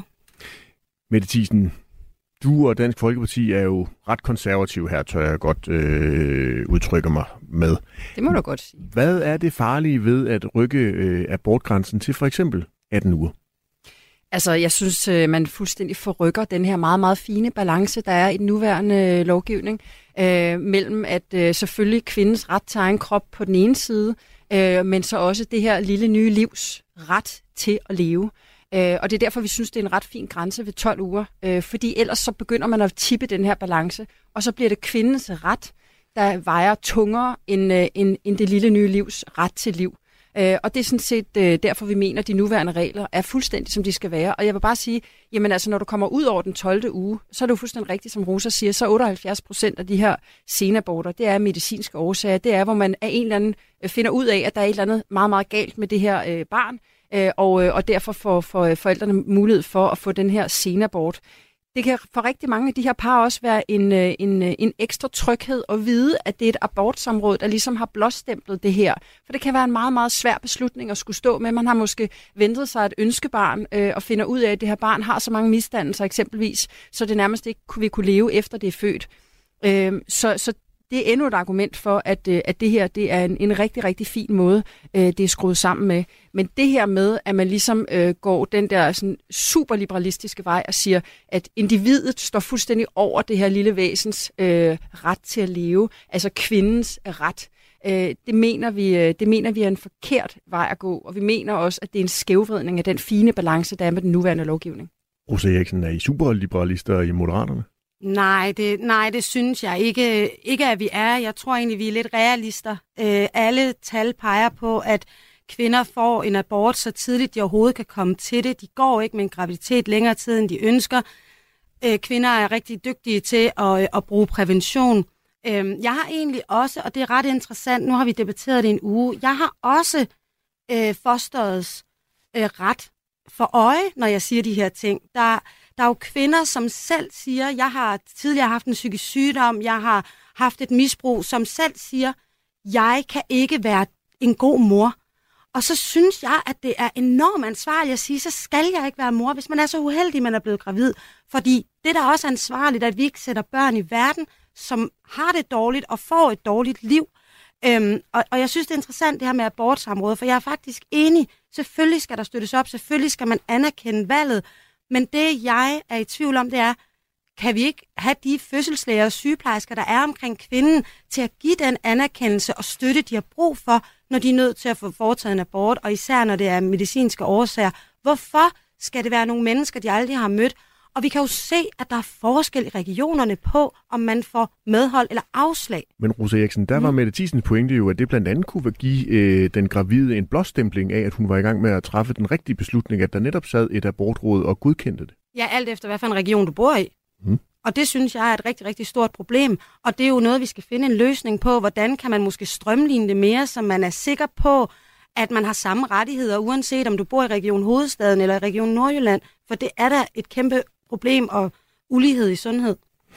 Mette Thiesen, du og Dansk Folkeparti er jo ret konservative her, tør jeg godt øh, udtrykke mig med. Det må du godt sige. Hvad er det farlige ved at rykke øh, abortgrænsen til for eksempel atten uger? Altså, jeg synes, man fuldstændig forrykker den her meget, meget fine balance, der er i den nuværende lovgivning, øh, mellem at øh, selvfølgelig kvindens ret til egen krop på den ene side, øh, men så også det her lille nye livs ret til at leve. Øh, og det er derfor, vi synes, det er en ret fin grænse ved tolv uger, øh, fordi ellers så begynder man at tippe den her balance, og så bliver det kvindens ret, der vejer tungere end, øh, end, end det lille nye livs ret til liv. Øh, og det er sådan set øh, derfor, vi mener, at de nuværende regler er fuldstændig, som de skal være. Og jeg vil bare sige, jamen altså, når du kommer ud over den tolvte uge, så er det jo fuldstændig rigtigt, som Rosa siger, så otteoghalvfjerds procent af de her senaborter, det er medicinske årsager. Det er, hvor man af en eller anden øh, finder ud af, at der er et eller andet meget, meget galt med det her øh, barn, øh, og, øh, og derfor får for forældrene mulighed for at få den her senabort. Det kan for rigtig mange af de her par også være en, en, en ekstra tryghed at vide, at det er et abortsområde, der ligesom har blåstemplet det her. For det kan være en meget, meget svær beslutning at skulle stå med. Man har måske ventet sig et ønskebarn øh, og finder ud af, at det her barn har så mange misdannelser eksempelvis, så det nærmest ikke vil kunne leve efter det er født. Øh, så, så det er endnu et argument for, at, at det her det er en, en rigtig, rigtig fin måde, øh, det er skruet sammen med. Men det her med, at man ligesom øh, går den der sådan, superliberalistiske vej og siger, at individet står fuldstændig over det her lille væsens øh, ret til at leve, altså kvindens ret, øh, det, mener vi, øh, det mener vi er en forkert vej at gå, og vi mener også, at det er en skævvridning af den fine balance, der er med den nuværende lovgivning. Rosa Eriksen, er I superliberalister i Moderaterne? Nej, det, nej, det synes jeg ikke, ikke, at vi er. Jeg tror egentlig, vi er lidt realister. Øh, alle tal peger på, at kvinder får en abort så tidligt, de overhovedet kan komme til det. De går ikke med en graviditet længere tid, end de ønsker. Øh, kvinder er rigtig dygtige til at, at bruge prævention. Øh, jeg har egentlig også, og det er ret interessant, nu har vi debatteret det en uge, jeg har også øh, fosterets øh, ret for øje, når jeg siger de her ting. Der Der er jo kvinder, som selv siger, jeg har tidligere haft en psykisk sygdom, jeg har haft et misbrug, som selv siger, jeg kan ikke være en god mor. Og så synes jeg, at det er enormt ansvarligt at sige, så skal jeg ikke være mor, hvis man er så uheldig, at man er blevet gravid. Fordi det der også er ansvarligt, at vi ikke sætter børn i verden, som har det dårligt og får et dårligt liv. Øhm, og, og jeg synes, det er interessant det her med abortsamrådet, for jeg er faktisk enig. Selvfølgelig skal der støttes op, selvfølgelig skal man anerkende valget. Men det, jeg er i tvivl om, det er, kan vi ikke have de fødselslæger og sygeplejersker, der er omkring kvinden, til at give den anerkendelse og støtte, de har brug for, når de er nødt til at få foretaget en abort, og især når det er medicinske årsager. Hvorfor skal det være nogle mennesker, de aldrig har mødt? Og vi kan jo se, at der er forskel i regionerne på, om man får medhold eller afslag. Men Rosa Eriksen, der var mm. Mette Thiesens pointe jo, at det blandt andet kunne give øh, den gravide en blåstempling af, at hun var i gang med at træffe den rigtige beslutning, at der netop sad et abortråd og godkendte det. Ja, alt efter hvad for en region du bor i. Mm. Og det synes jeg er et rigtig, rigtig stort problem. Og det er jo noget, vi skal finde en løsning på. Hvordan kan man måske strømline det mere, så man er sikker på, at man har samme rettigheder, uanset om du bor i Region Hovedstaden eller i Region Nordjylland. For det er da et kæmpe problem og ulighed i sundhed.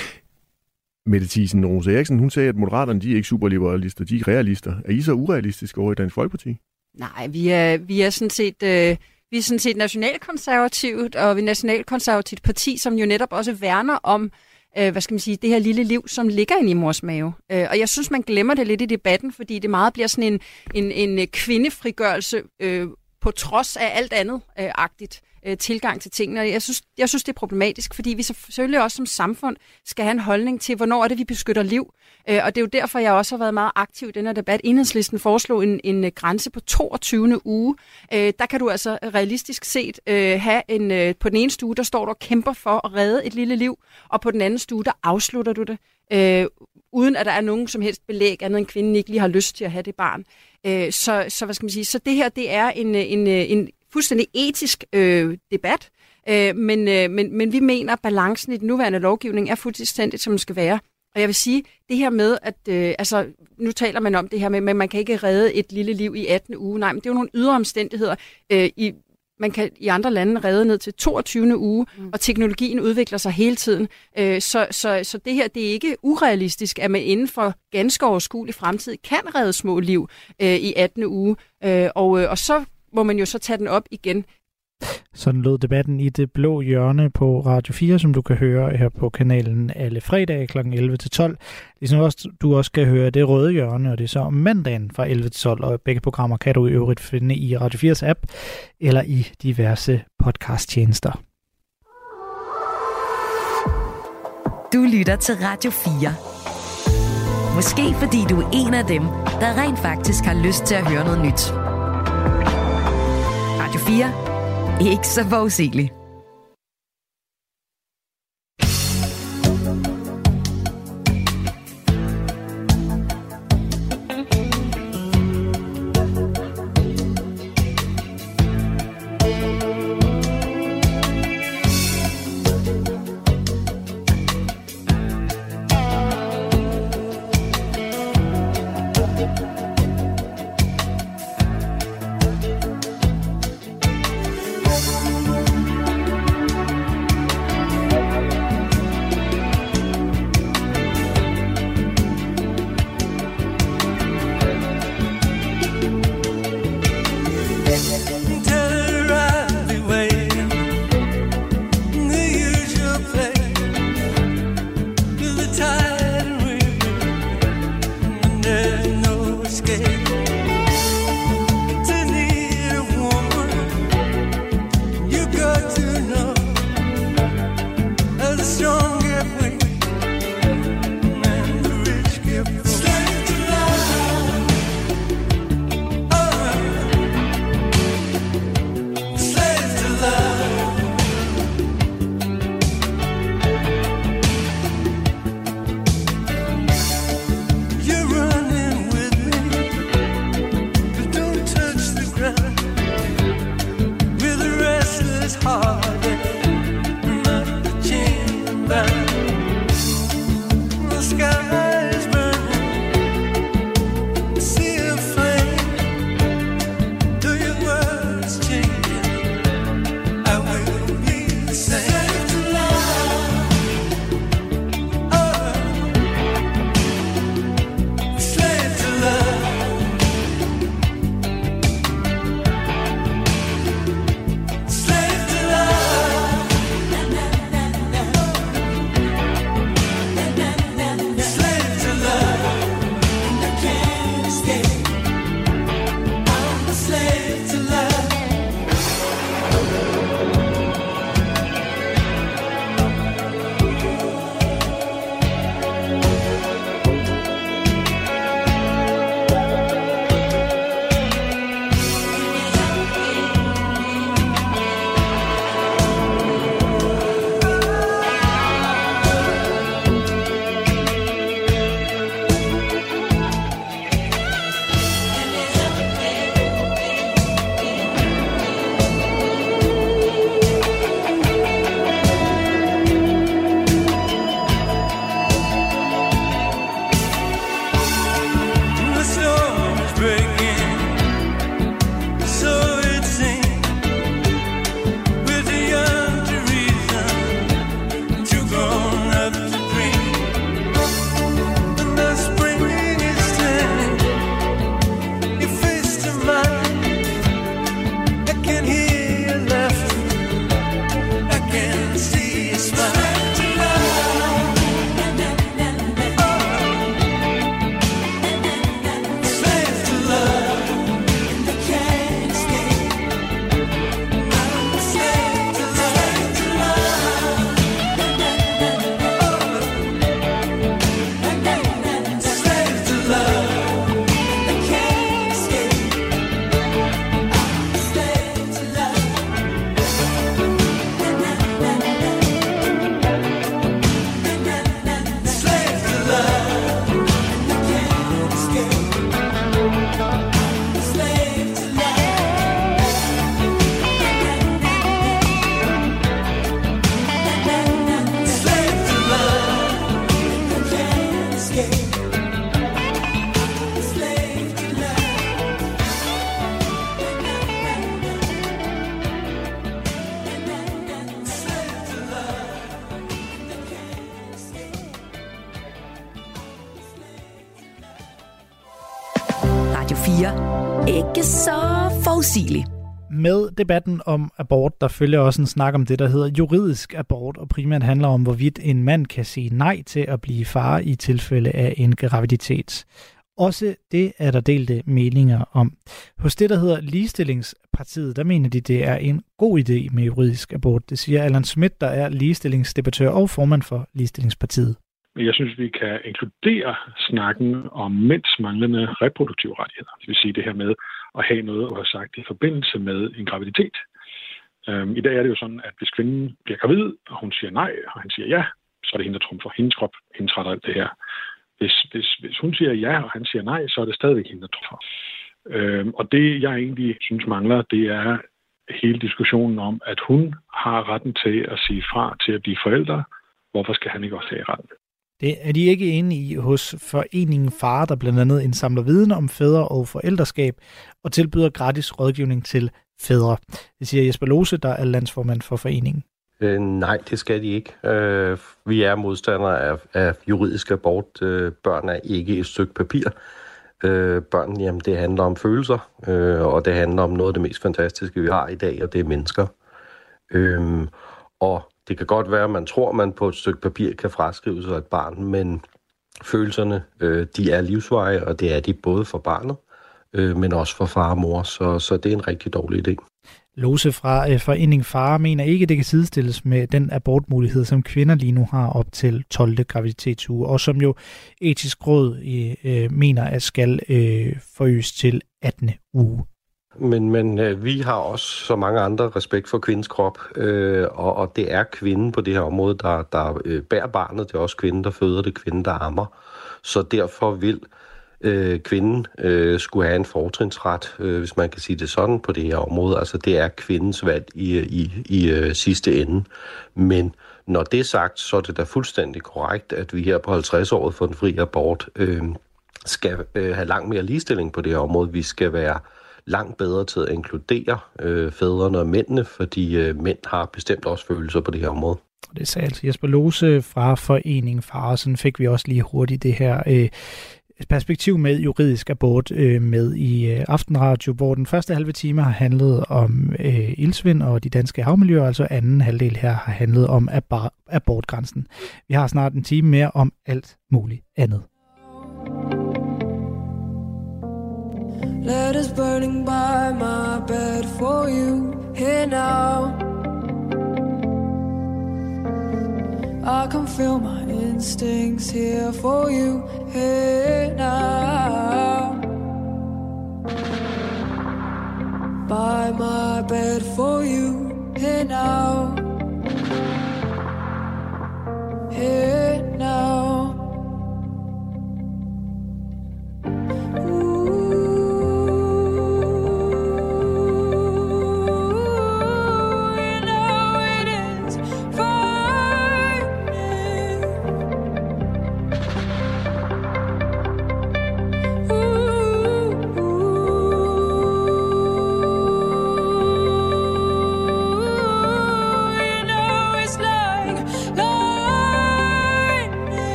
Mette Thiesen, Rosa Eriksen, hun sagde, at Moderaterne, de er ikke superliberalister, de er realister. Er I så urealistiske over i Dansk Folkeparti? Nej, vi er, vi er sådan set... Øh... Vi er sådan set nationalkonservativt, og vi er nationalkonservativt parti, som jo netop også værner om, øh, hvad skal man sige, det her lille liv, som ligger inde i mors mave. Øh, og jeg synes, man glemmer det lidt i debatten, fordi det meget bliver sådan en, en, en kvindefrigørelse øh, på trods af alt andet øh, agtigt øh, tilgang til tingene. Og jeg synes, jeg synes, det er problematisk, fordi vi selvfølgelig også som samfund skal have en holdning til, hvornår er det, vi beskytter liv. Øh, og det er jo derfor, jeg også har været meget aktiv i den her debat. Enhedslisten foreslog en, en grænse på toogtyvende uge. Øh, der kan du altså realistisk set øh, have en, øh, på den ene stue, der står du og kæmper for at redde et lille liv, og på den anden stue, der afslutter du det, øh, uden at der er nogen som helst belæg, andet end kvinden ikke lige har lyst til at have det barn. Øh, så, så hvad skal man sige? Så det her, det er en, en, en fuldstændig etisk øh, debat, øh, men, øh, men, men vi mener, at balancen i den nuværende lovgivning er fuldstændigt, som den skal være. Og jeg vil sige, det her med, at øh, altså, nu taler man om det her med, at man kan ikke redde et lille liv i attende uge. Nej, men det er jo nogle ydre omstændigheder. Øh, i, man kan i andre lande redde ned til toogtyvende uge, mm. og teknologien udvikler sig hele tiden. Øh, så, så, så det her, det er ikke urealistisk, at man inden for ganske overskuelig fremtid kan redde små liv øh, i attende uge. Øh, og, og så må man jo så tage den op igen. Sådan lød debatten i Det Blå Hjørne på Radio fire, som du kan høre her på kanalen alle fredage kl. elleve til tolv. Ligesom også, du også kan høre Det Røde Hjørne, og det er så om mandagen fra elleve til tolv, og begge programmer kan du i øvrigt finde i Radio fires app eller i diverse podcasttjenester. Du lytter til Radio fire. Måske fordi du er en af dem, der rent faktisk har lyst til at høre noget nyt. Radio fire. Ikke så forudsigeligt. Radio fire. Ikke så forudsigelig. Med debatten om abort, der følger også en snak om det, der hedder juridisk abort, og primært handler om, hvorvidt en mand kan sige nej til at blive far i tilfælde af en graviditet. Også det er der delte meninger om. Hos det, der hedder Ligestillingspartiet, der mener de, det er en god idé med juridisk abort. Det siger Allan Schmidt, der er ligestillingsdebattør og formand for Ligestillingspartiet. Jeg synes, vi kan inkludere snakken om mænds manglende reproduktive rettigheder. Det vil sige det her med at have noget at have sagt i forbindelse med en graviditet. Øhm, I dag er det jo sådan, at hvis kvinden bliver gravid, og hun siger nej, og han siger ja, så er det hende, der trumfer hendes krop, hendes ret alt det her. Hvis, hvis, hvis hun siger ja, og han siger nej, så er det stadigvæk hende, der trumfer. Øhm, og det, jeg egentlig synes mangler, det er hele diskussionen om, at hun har retten til at sige fra til at blive forældre. Hvorfor skal han ikke også have retten? Det er de ikke enige i hos foreningen Far, der blandt andet indsamler viden om fædre og forældreskab og tilbyder gratis rådgivning til fædre. Det siger Jesper Lose, der er landsformand for foreningen. Øh, nej, det skal de ikke. Øh, vi er modstandere af, af juridisk abort. Øh, børn er ikke et stykke papir. Øh, børn, jamen, det handler om følelser, øh, og det handler om noget af det mest fantastiske, vi har i dag, og det er mennesker. Øh, og det kan godt være, at man tror, at man på et stykke papir kan fraskrive sig et barn, men følelserne, øh, de er livsveje, og det er de både for barnet, øh, men også for far og mor, så, så det er en rigtig dårlig idé. Lose fra øh, foreningen Far mener ikke, at det kan sidestilles med den abortmulighed, som kvinder lige nu har op til tolvte graviditetsuge, og som jo etisk råd øh, mener, at skal øh, forøges til attende uge. Men, men øh, vi har også, så mange andre, respekt for kvindens krop, øh, og, og det er kvinden på det her område, der, der øh, bærer barnet. Det er også kvinden, der føder det, kvinden, der ammer. Så derfor vil øh, kvinden øh, skulle have en fortrinsret, øh, hvis man kan sige det sådan, på det her område. Altså det er kvindens valg i, i, i øh, sidste ende. Men når det er sagt, så er det da fuldstændig korrekt, at vi her på halvtreds-året for den fri abort øh, skal øh, have langt mere ligestilling på det her område. Vi skal være langt bedre til at inkludere øh, fædrene og mændene, fordi øh, mænd har bestemt også følelser på det her område. Det sagde altså Jesper Lose fra foreningen Far, og sådan fik vi også lige hurtigt det her øh, perspektiv med juridisk abort øh, med i øh, Aftenradio, hvor den første halve time har handlet om øh, ildsvind og de danske havmiljøer, altså anden halvdel her har handlet om ab- abortgrænsen. Vi har snart en time mere om alt muligt andet. Letters burning by my bed for you here now. I can feel my instincts here for you here now. By my bed for you here now. Here now.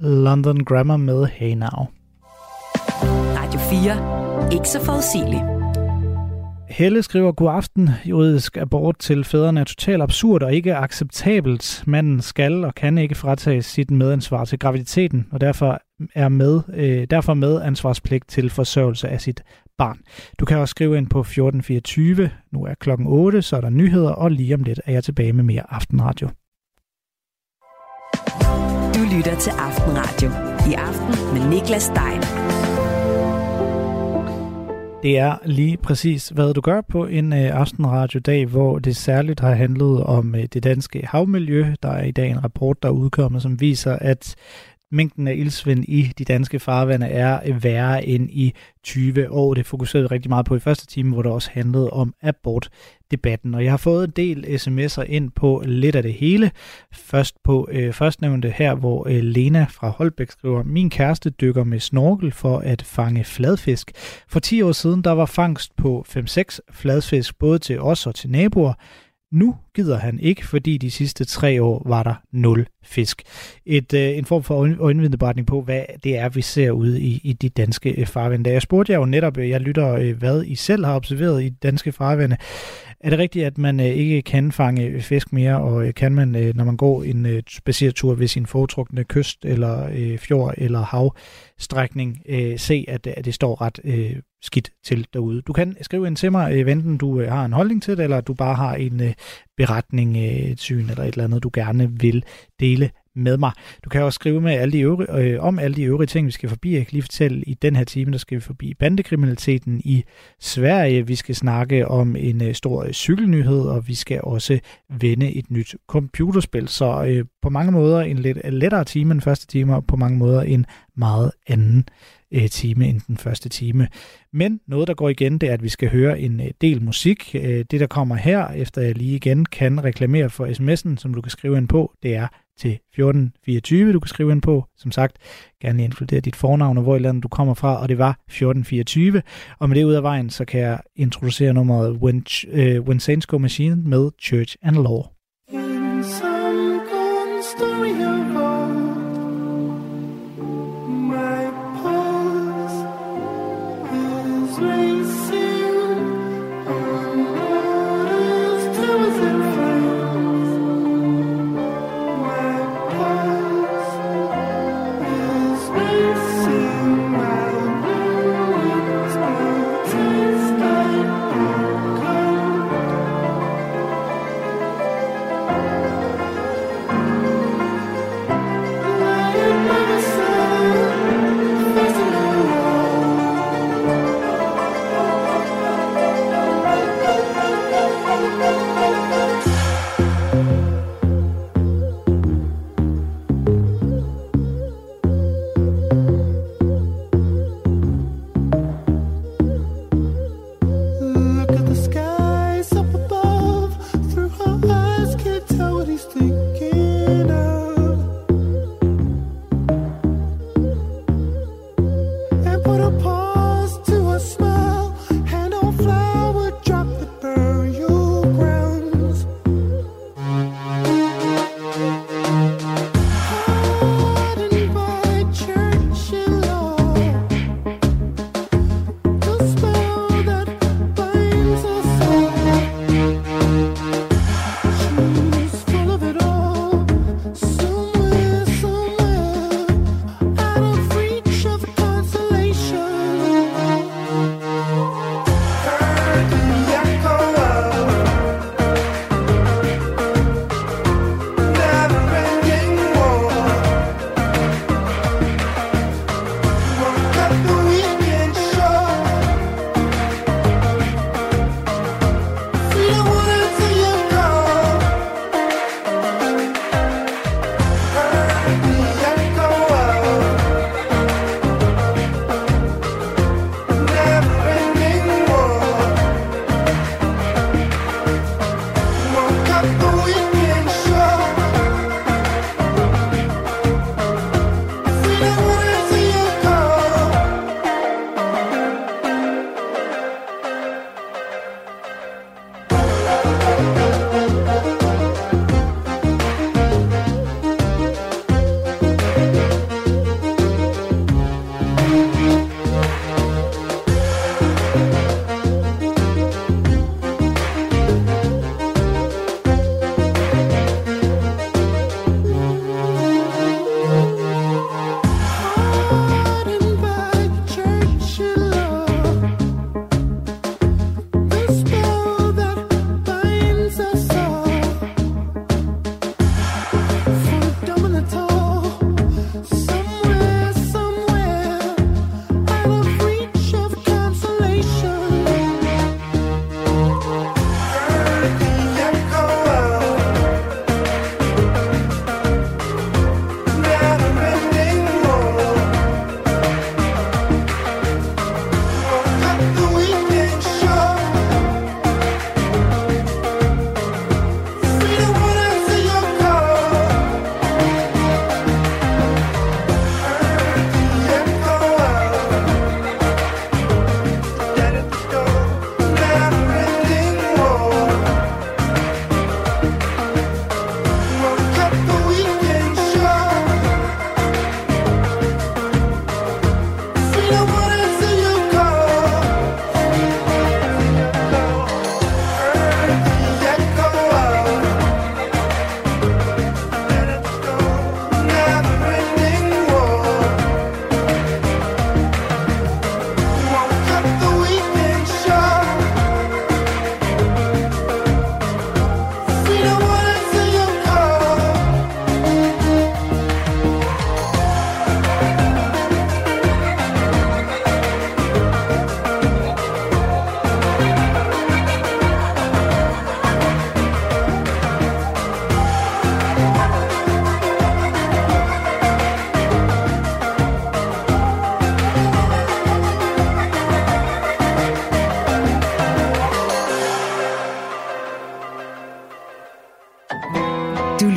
London Grammar med Hey Now. Radio fire. Ikke så forudsigeligt. Helle skriver, god aften. Juridisk abort til fædrene er totalt absurd og ikke acceptabelt. Manden skal og kan ikke fratages sit medansvar til graviditeten, og derfor er med, øh, derfor med ansvarspligt til forsørgelse af sit barn. Du kan også skrive ind på fjorten fireogtyve. Nu er klokken otte, så er der nyheder, og lige om lidt er jeg tilbage med mere Aftenradio. Du lytter til Aftenradio. I aften med Niklas Stein. Det er lige præcis, hvad du gør på en øh, Aftenradio-dag, hvor det særligt har handlet om øh, det danske havmiljø. Der er i dag en rapport, der er udkommet, som viser, at mængden af iltsvind i de danske farvande er værre end i tyve år. Det fokuserede rigtig meget på i første time, hvor det også handlede om abortdebatten. Og jeg har fået en del sms'er ind på lidt af det hele. Først på øh, førstnævnte her, hvor øh, Lena fra Holbæk skriver, min kæreste dykker med snorkel for at fange fladfisk. For ti år siden, der var fangst på fem seks fladfisk, både til os og til naboer. Nu gider han ikke, fordi de sidste tre år var der nul fisk. Et, øh, en form for øjenvidneberetning på, hvad det er, vi ser ude i, i de danske farvande. Jeg spurgte jer jo netop, jeg lytter, øh, hvad I selv har observeret i danske farvande. Er det rigtigt, at man øh, ikke kan fange fisk mere, og øh, kan man, øh, når man går en øh, spacertur ved sin foretrukne kyst, eller øh, fjord, eller havstrækning, øh, se, at, at det står ret øh, skidt til derude? Du kan skrive ind til mig, øh, enten du øh, har en holdning til det, eller du bare har en øh, beretning, øh, et syn, eller et eller andet, du gerne vil dele med mig. Du kan også skrive med alle de øvrige, øh, om alle de øvrige ting, vi skal forbi. Jeg kan lige fortælle, i den her time, der skal vi forbi bandekriminaliteten i Sverige. Vi skal snakke om en øh, stor øh, cykelnyhed, og vi skal også vende et nyt computerspil. Så øh, på mange måder en lidt lettere time end første time, og på mange måder en meget anden øh, time end den første time. Men noget, der går igen, det er, at vi skal høre en øh, del musik. Øh, det, der kommer her, efter jeg lige igen kan reklamere for sms'en, som du kan skrive ind på, det er til fjorten fireogtyve, du kan skrive ind på. Som sagt, gerne lige inkludere dit fornavn og hvor i landet du kommer fra, og det var fjorten fireogtyve. Og med det ud af vejen, så kan jeg introducere nummeret When, uh, When Saints Go Machine med Church and Law. In some gone story of old, my pulse is racing on waters, towers and flames. My pulse is racing while ruins will taste like come. Look at the skies up above. Through her eyes, can't tell what he's thinking of. And put a pause to a smile. Hand on flower, drop the burial grounds. Hardened by church and law, the spell that binds us all. She's full of it all.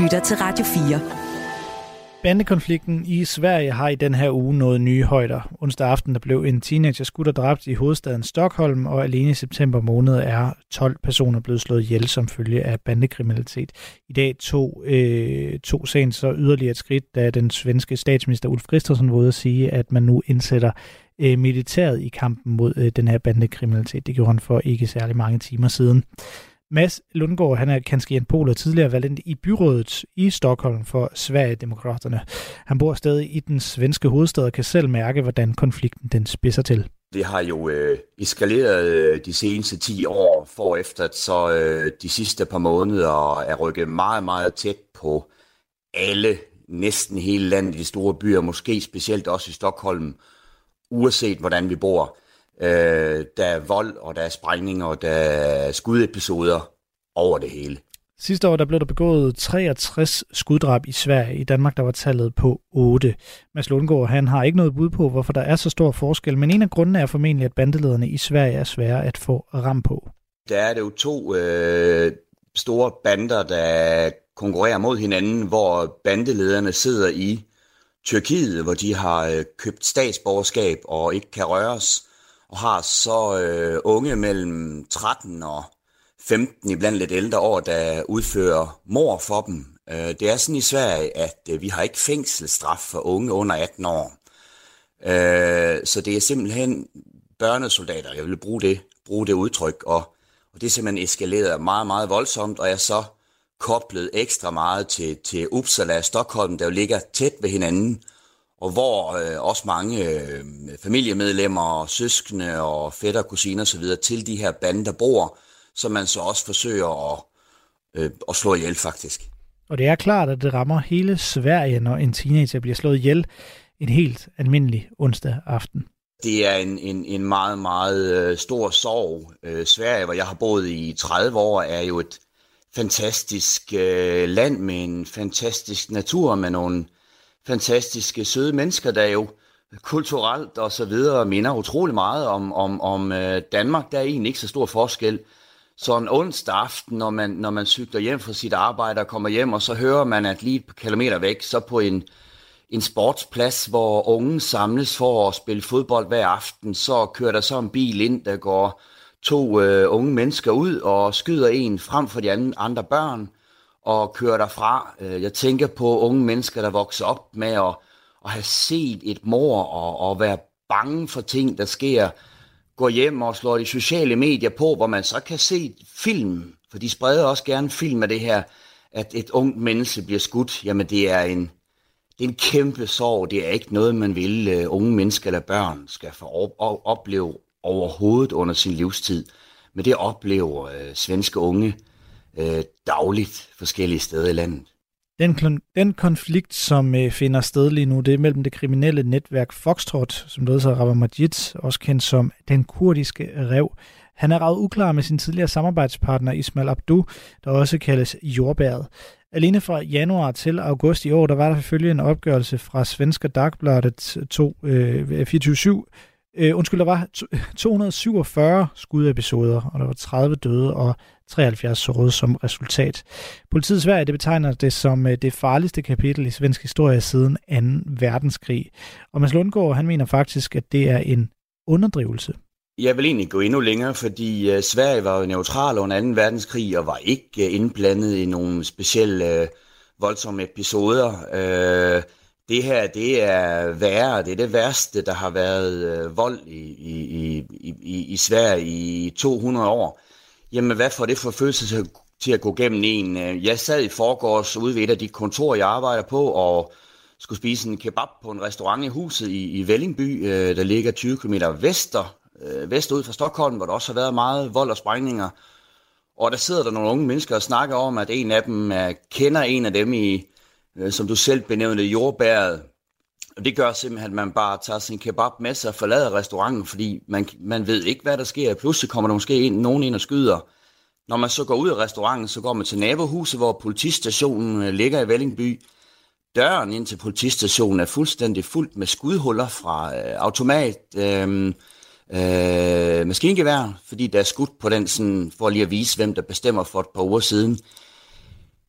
lytter til Radio fire. Bandekonflikten i Sverige har i den her uge nået nye højder. Onsdag aften der blev en teenager skudt og dræbt i hovedstaden Stockholm, og alene i september måned er tolv personer blevet slået ihjel som følge af bandekriminalitet. I dag tog, øh, tog sagen så yderligere et skridt, da den svenske statsminister Ulf Kristersson var ude at sige, at man nu indsætter øh, militæret i kampen mod øh, den her bandekriminalitet. Det gjorde han for ikke særlig mange timer siden. Mads Lundgaard, han er kanskje Pol og tidligere valgt i byrådet i Stockholm for Sverigedemokraterne. Han bor stadig i den svenske hovedstad og kan selv mærke, hvordan konflikten den spidser til. Det har jo øh, eskaleret øh, de seneste ti år for efter, så øh, de sidste par måneder er rykket meget, meget tæt på alle, næsten hele landet i de store byer, måske specielt også i Stockholm, uanset hvordan vi bor. Øh, der er vold, og der er sprængninger, og der er skudepisoder over det hele. Sidste år der blev der begået treogtres skuddrab i Sverige. I Danmark der var tallet på otte. Mads Lundgaard, han har ikke noget bud på, hvorfor der er så stor forskel, men en af grundene er formentlig, at bandelederne i Sverige er svære at få ram på. Der er det jo to øh, store bander, der konkurrerer mod hinanden, hvor bandelederne sidder i Tyrkiet, hvor de har øh, købt statsborgerskab og ikke kan røres, og har så øh, unge mellem tretten og femten, iblandt lidt ældre år, der udfører mord for dem. Øh, det er sådan i Sverige, at øh, vi har ikke fængselsstraf for unge under atten år. Øh, så det er simpelthen børnesoldater, jeg vil bruge det, bruge det udtryk, og, og det er simpelthen eskaleret meget, meget voldsomt, og jeg er så koblet ekstra meget til, til Uppsala og Stockholm, der jo ligger tæt ved hinanden, og hvor øh, også mange øh, familiemedlemmer, søskende og fætter, kusiner osv. til de her bander bor, som man så også forsøger at, øh, at slå ihjel faktisk. Og det er klart, at det rammer hele Sverige, når en teenager bliver slået ihjel en helt almindelig onsdag aften. Det er en, en, en meget, meget øh, stor sorg. Øh, Sverige, hvor jeg har boet i tredive år, er jo et fantastisk øh, land med en fantastisk natur, med nogle fantastiske, søde mennesker, der jo kulturelt og så videre minder utrolig meget om, om, om øh, Danmark. Der er egentlig ikke så stor forskel. Så en onsdag aften, når man, når man cykler hjem fra sit arbejde og kommer hjem, og så hører man, at lige et par kilometer væk, så på en, en sportsplads, hvor unge samles for at spille fodbold hver aften, så kører der så en bil ind, der går to øh, unge mennesker ud og skyder en frem for de andre, andre børn, og kører derfra. Jeg tænker på unge mennesker, der vokser op med at, at have set et mord og, og være bange for ting, der sker. Går hjem og slår de sociale medier på, hvor man så kan se film, for de spreder også gerne film af det her, at et ungt menneske bliver skudt. Jamen det er en, det er en kæmpe sorg. Det er ikke noget, man vil uh, unge mennesker eller børn skal få op- opleve overhovedet under sin livstid. Men det oplever uh, svenske unge Øh, dagligt forskellige steder i landet. Den, den konflikt, som øh, finder sted lige nu, det er mellem det kriminelle netværk Foxtrot, som ledes af Rawa Majid, også kendt som den kurdiske ræv. Han er ret uklar med sin tidligere samarbejdspartner Ismail Abdu, der også kaldes Jordbæret. Alene fra januar til august i år, der var der selvfølgelig en opgørelse fra Svenska Dagbladet øh, fireogtyve syv. Øh, undskyld, der var to hundrede syvogfyrre skudepisoder, og der var tredive døde og treoghalvfjerds sårede som resultat. Politiet i Sverige det betegner det som det farligste kapitel i svensk historie siden anden verdenskrig. Og Mads Lundgaard, han mener faktisk, at det er en underdrivelse. Jeg vil egentlig gå endnu længere, fordi uh, Sverige var jo neutral under anden verdenskrig og var ikke uh, indblandet i nogle specielle uh, voldsomme episoder. Uh, det her, det er værre. Det er det værste, der har været uh, vold i, i, i, i, i Sverige i to hundrede år. Jamen, hvad får det for følelse til, til at gå gennem en? Jeg sad i forgårs ude ved et af de kontorer, jeg arbejder på, og skulle spise en kebab på en restaurant i huset i, i Vällingby, der ligger tyve kilometer vester, vest ud fra Stockholm, hvor der også har været meget vold og sprængninger. Og der sidder der nogle unge mennesker og snakker om, at en af dem er, kender en af dem i, som du selv benævnte, Jordbæret. Og det gør simpelthen, at man bare tager sin kebab med sig og forlader restauranten, fordi man, man ved ikke, hvad der sker. Pludselig kommer der måske ind, nogen ind og skyder. Når man så går ud af restauranten, så går man til nabohuset, hvor politistationen ligger i Vällingby. Døren ind til politistationen er fuldstændig fuldt med skudhuller fra øh, automat, øh, øh, maskingevær, fordi der er skudt på den, sådan, for lige at vise, hvem der bestemmer for et par uger siden.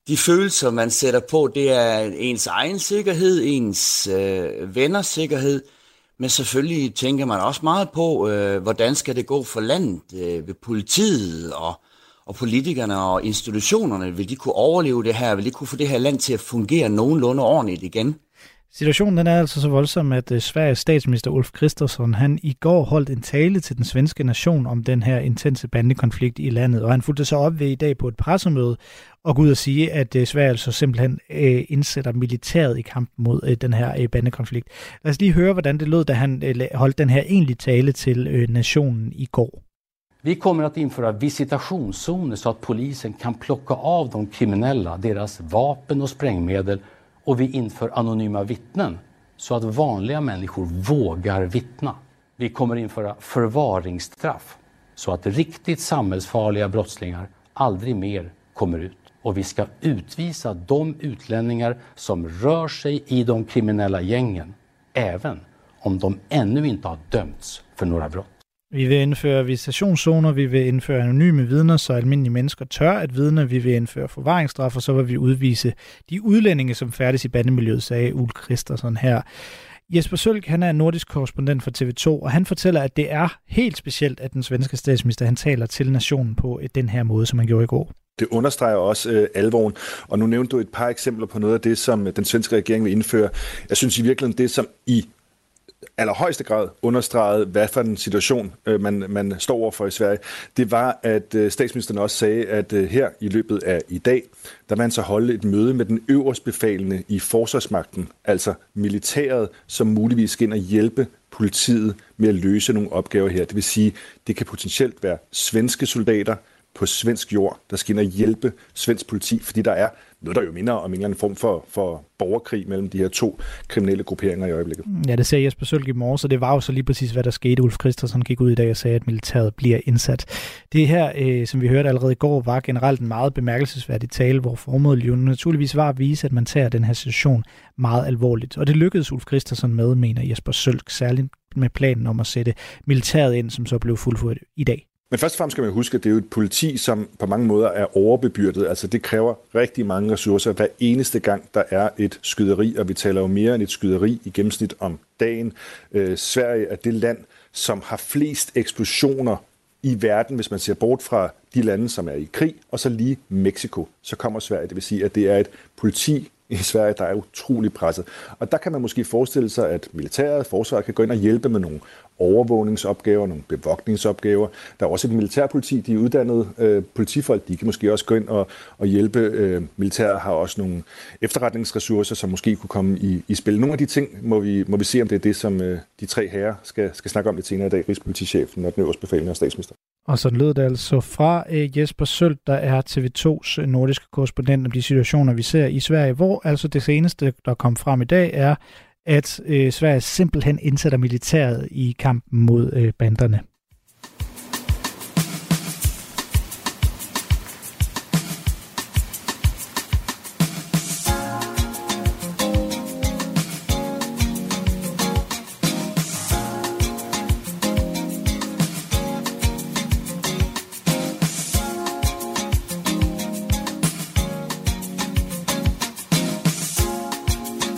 de følelser, man sætter på, det er ens egen sikkerhed, ens øh, venners sikkerhed, men selvfølgelig tænker man også meget på, øh, hvordan skal det gå for landet øh, ved politiet og, og politikerne og institutionerne. Vil de kunne overleve det her? Vil de kunne få det her land til at fungere nogenlunde ordentligt igen? Situationen den er altså så voldsom, at uh, Sveriges statsminister Ulf Kristersson, han i går holdt en tale til den svenske nation om den her intense bandekonflikt i landet, og han fulgte så op ved i dag på et pressemøde og gå ud og sige, at uh, Sverige altså simpelthen uh, indsætter militæret i kampen mod uh, den her uh, bandekonflikt. Lad os lige høre, hvordan det lød, da han uh, holdt den her egentlige tale til uh, nationen i går. Vi kommer att införa visitationszoner så att polisen kan plocka av de kriminella deras vapen och sprängmedel. Och vi inför anonyma vittnen så att vanliga människor vågar vittna. Vi kommer införa förvaringsstraff så att riktigt samhällsfarliga brottslingar aldrig mer kommer ut. Och vi ska utvisa de utlänningar som rör sig i de kriminella gängen, även om de ännu inte har dömts för några brott. Vi vil indføre visitationszoner, vi vil indføre anonyme vidner, så almindelige mennesker tør at vidne, vi vil indføre forvaringsstraf, og så vil vi udvise de udlændinge, som færdes i bandemiljøet, sagde Ulf Kristersson her. Jesper Sølk, han er nordisk korrespondent for T V to, og han fortæller, at det er helt specielt, at den svenske statsminister, han taler til nationen på den her måde, som han gjorde i går. Det understreger også øh, alvoren, og nu nævnte du et par eksempler på noget af det, som den svenske regering vil indføre. Jeg synes i virkeligheden, det som i allerhøjeste grad understregede, hvad for en situation øh, man, man står overfor i Sverige, det var, at øh, statsministeren også sagde, at øh, her i løbet af i dag, der vil han så holde et møde med den øverstbefalende i forsvarsmagten, altså militæret, som muligvis skal ind og hjælpe politiet med at løse nogle opgaver her. Det vil sige, det kan potentielt være svenske soldater på svensk jord, der skal ind og hjælpe svensk politi, fordi der er noget, der jo minder om en eller anden form for, for borgerkrig mellem de her to kriminelle grupperinger i øjeblikket. Ja, det sagde Jesper Sølk i morgen, så det var jo så lige præcis, hvad der skete. Ulf Kristersson gik ud i dag og sagde, at militæret bliver indsat. Det her, øh, som vi hørte allerede i går, var generelt en meget bemærkelsesværdig tale, hvor formålet jo naturligvis var at vise, at man tager den her situation meget alvorligt. Og det lykkedes Ulf Kristersson med, mener Jesper Sølk, særligt med planen om at sætte militæret ind, som så blev fuldført i dag. Men først og fremmest skal man huske, at det er jo et politi, som på mange måder er overbebyrdet. Altså det kræver rigtig mange ressourcer hver eneste gang, der er et skyderi, og vi taler jo mere end et skyderi i gennemsnit om dagen. Øh, Sverige er det land, som har flest eksplosioner i verden, hvis man ser bort fra de lande, som er i krig, og så lige Mexico. Så kommer Sverige, det vil sige, at det er et politi i Sverige, der er utrolig presset. Og der kan man måske forestille sig, at militæret, forsvaret kan gå ind og hjælpe med nogle overvågningsopgaver, nogle bevogtningsopgaver. Der er også et militærpoliti, de er uddannede øh, politifolk, de kan måske også gå ind og, og hjælpe. Øh, militæret har også nogle efterretningsressourcer, som måske kunne komme i, i spil. Nogle af de ting må vi, må vi se, om det er det, som øh, de tre herrer skal, skal snakke om lidt senere i dag, Rigspolitichefen og den øverste befalende og statsminister. Og så lød det altså fra øh, Jesper Sølk, der er T V tos nordiske korrespondent om de situationer, vi ser i Sverige, hvor altså det seneste, der kom frem i dag, er, at øh, Sverige simpelthen indsætter militæret i kampen mod øh, banderne.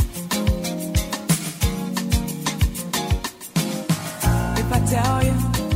Tell you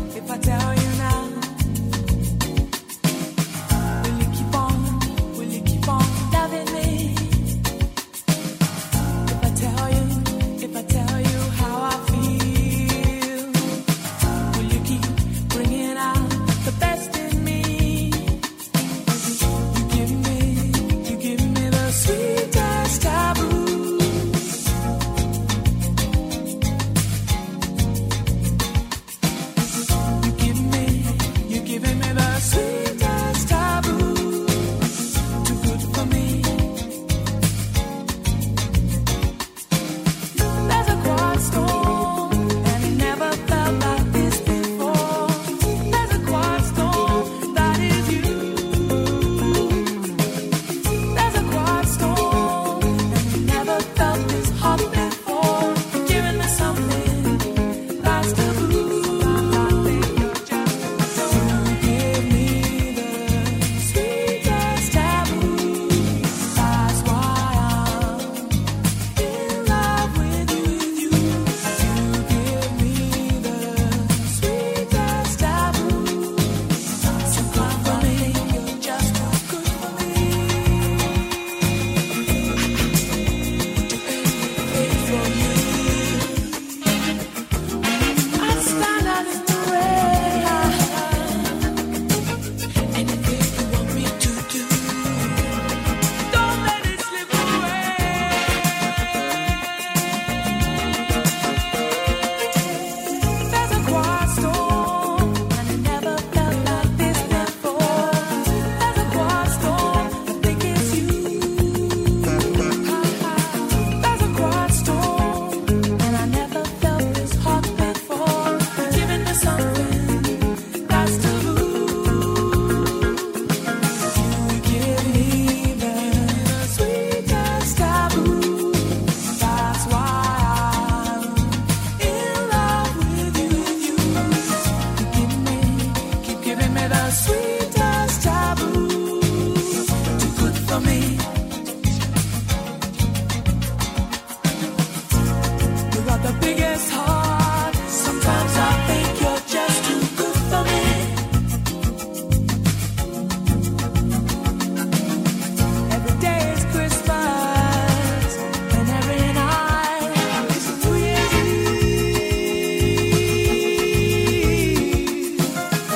biggest heart. Sometimes I think you're just too good for me. Every day is Christmas, and every night is New Year's Eve.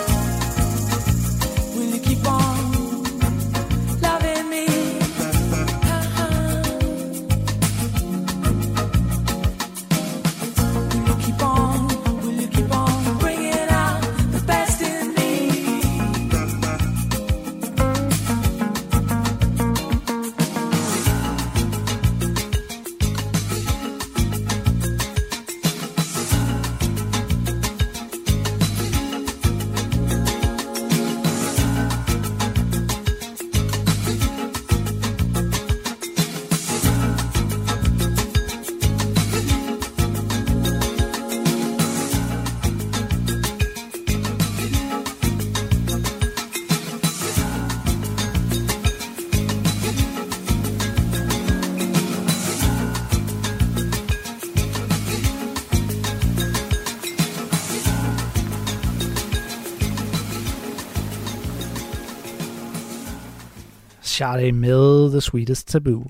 Will you keep on loving me? Will you keep on, will you keep on bringing out the best in me? Sade med The Sweetest Taboo.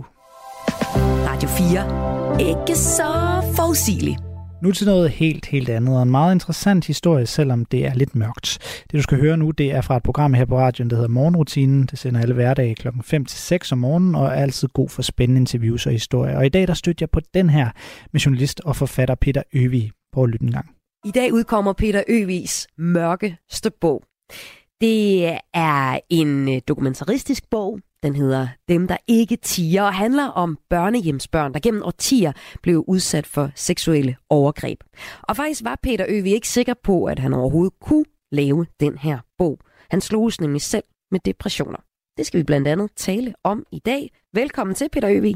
Radio fire. Ikke så forudsigelig. Nu til noget helt, helt andet, og en meget interessant historie, selvom det er lidt mørkt. Det du skal høre nu, det er fra et program her på radioen, der hedder Morgenrutinen. Det sender alle hverdage klokken fem til seks om morgenen, og er altid god for spændende interviews og historier. Og i dag der støtter jeg på den her med journalist og forfatter Peter Øvig. Prøv at lytte en gang. I dag udkommer Peter Øvigs mørkeste bog. Det er en dokumentaristisk bog. Den hedder Dem, der ikke tier, og handler om børnehjemsbørn, der gennem årtier blev udsat for seksuelle overgreb. Og faktisk var Peter Øvig ikke sikker på, at han overhovedet kunne lave den her bog. Han sloges nemlig selv med depressioner. Det skal vi blandt andet tale om i dag. Velkommen til, Peter Øvig.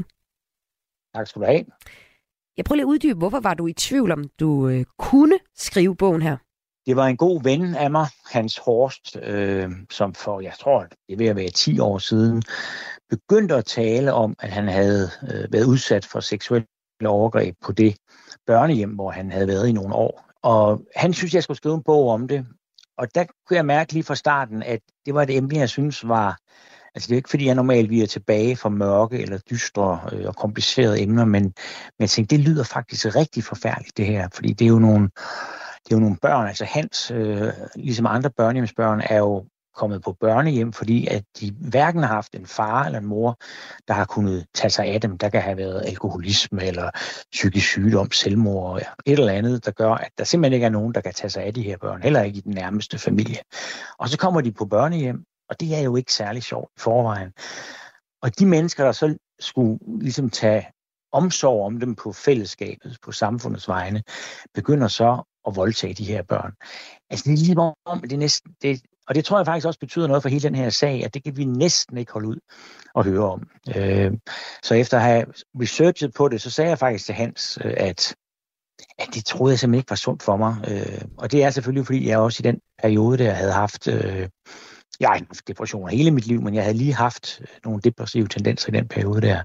Tak skal du have. Jeg prøver lige at uddybe, hvorfor var du i tvivl om, du øh, kunne skrive bogen her? Det var en god ven af mig, Hans Horst, øh, som for, jeg tror, det er ved at være ti år siden, begyndte at tale om, at han havde øh, været udsat for seksuelle overgreb på det børnehjem, hvor han havde været i nogle år. Og han synes, jeg skulle skrive en bog om det. Og der kunne jeg mærke lige fra starten, at det var et emne, jeg synes var... Altså det er ikke, fordi jeg normalt vi er tilbage fra mørke eller dystre øh, og komplicerede emner, men, men jeg tænkte, det lyder faktisk rigtig forfærdeligt, det her. Fordi det er jo nogle... Det er jo nogle børn, altså Hans, øh, ligesom andre børnehjemsbørn, er jo kommet på børnehjem, fordi at de hverken har haft en far eller en mor, der har kunnet tage sig af dem. Der kan have været alkoholisme eller psykisk sygdom, selvmord, ja, et eller andet, der gør, at der simpelthen ikke er nogen, der kan tage sig af de her børn, heller ikke i den nærmeste familie. Og så kommer de på børnehjem, og det er jo ikke særlig sjovt i forvejen. Og de mennesker, der så skulle ligesom tage omsorg om dem på fællesskabet, på samfundets vegne, begynder så at voldtage de her børn. Altså det er ligesom om, det er næsten, det, og det tror jeg faktisk også betyder noget for hele den her sag, at det kan vi næsten ikke holde ud og høre om. Øh, så efter at have researchet på det, så sagde jeg faktisk til Hans, øh, at, at det troede jeg simpelthen ikke var sundt for mig. Øh, og det er selvfølgelig, fordi jeg også i den periode, der havde haft, øh, jeg har ikke haft depressioner hele mit liv, men jeg havde lige haft nogle depressive tendenser i den periode der.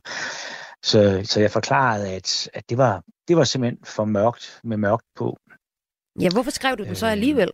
Så, så jeg forklarede, at, at det, var, det var simpelthen for mørkt, med mørkt på. Ja, hvorfor skrev du den så alligevel?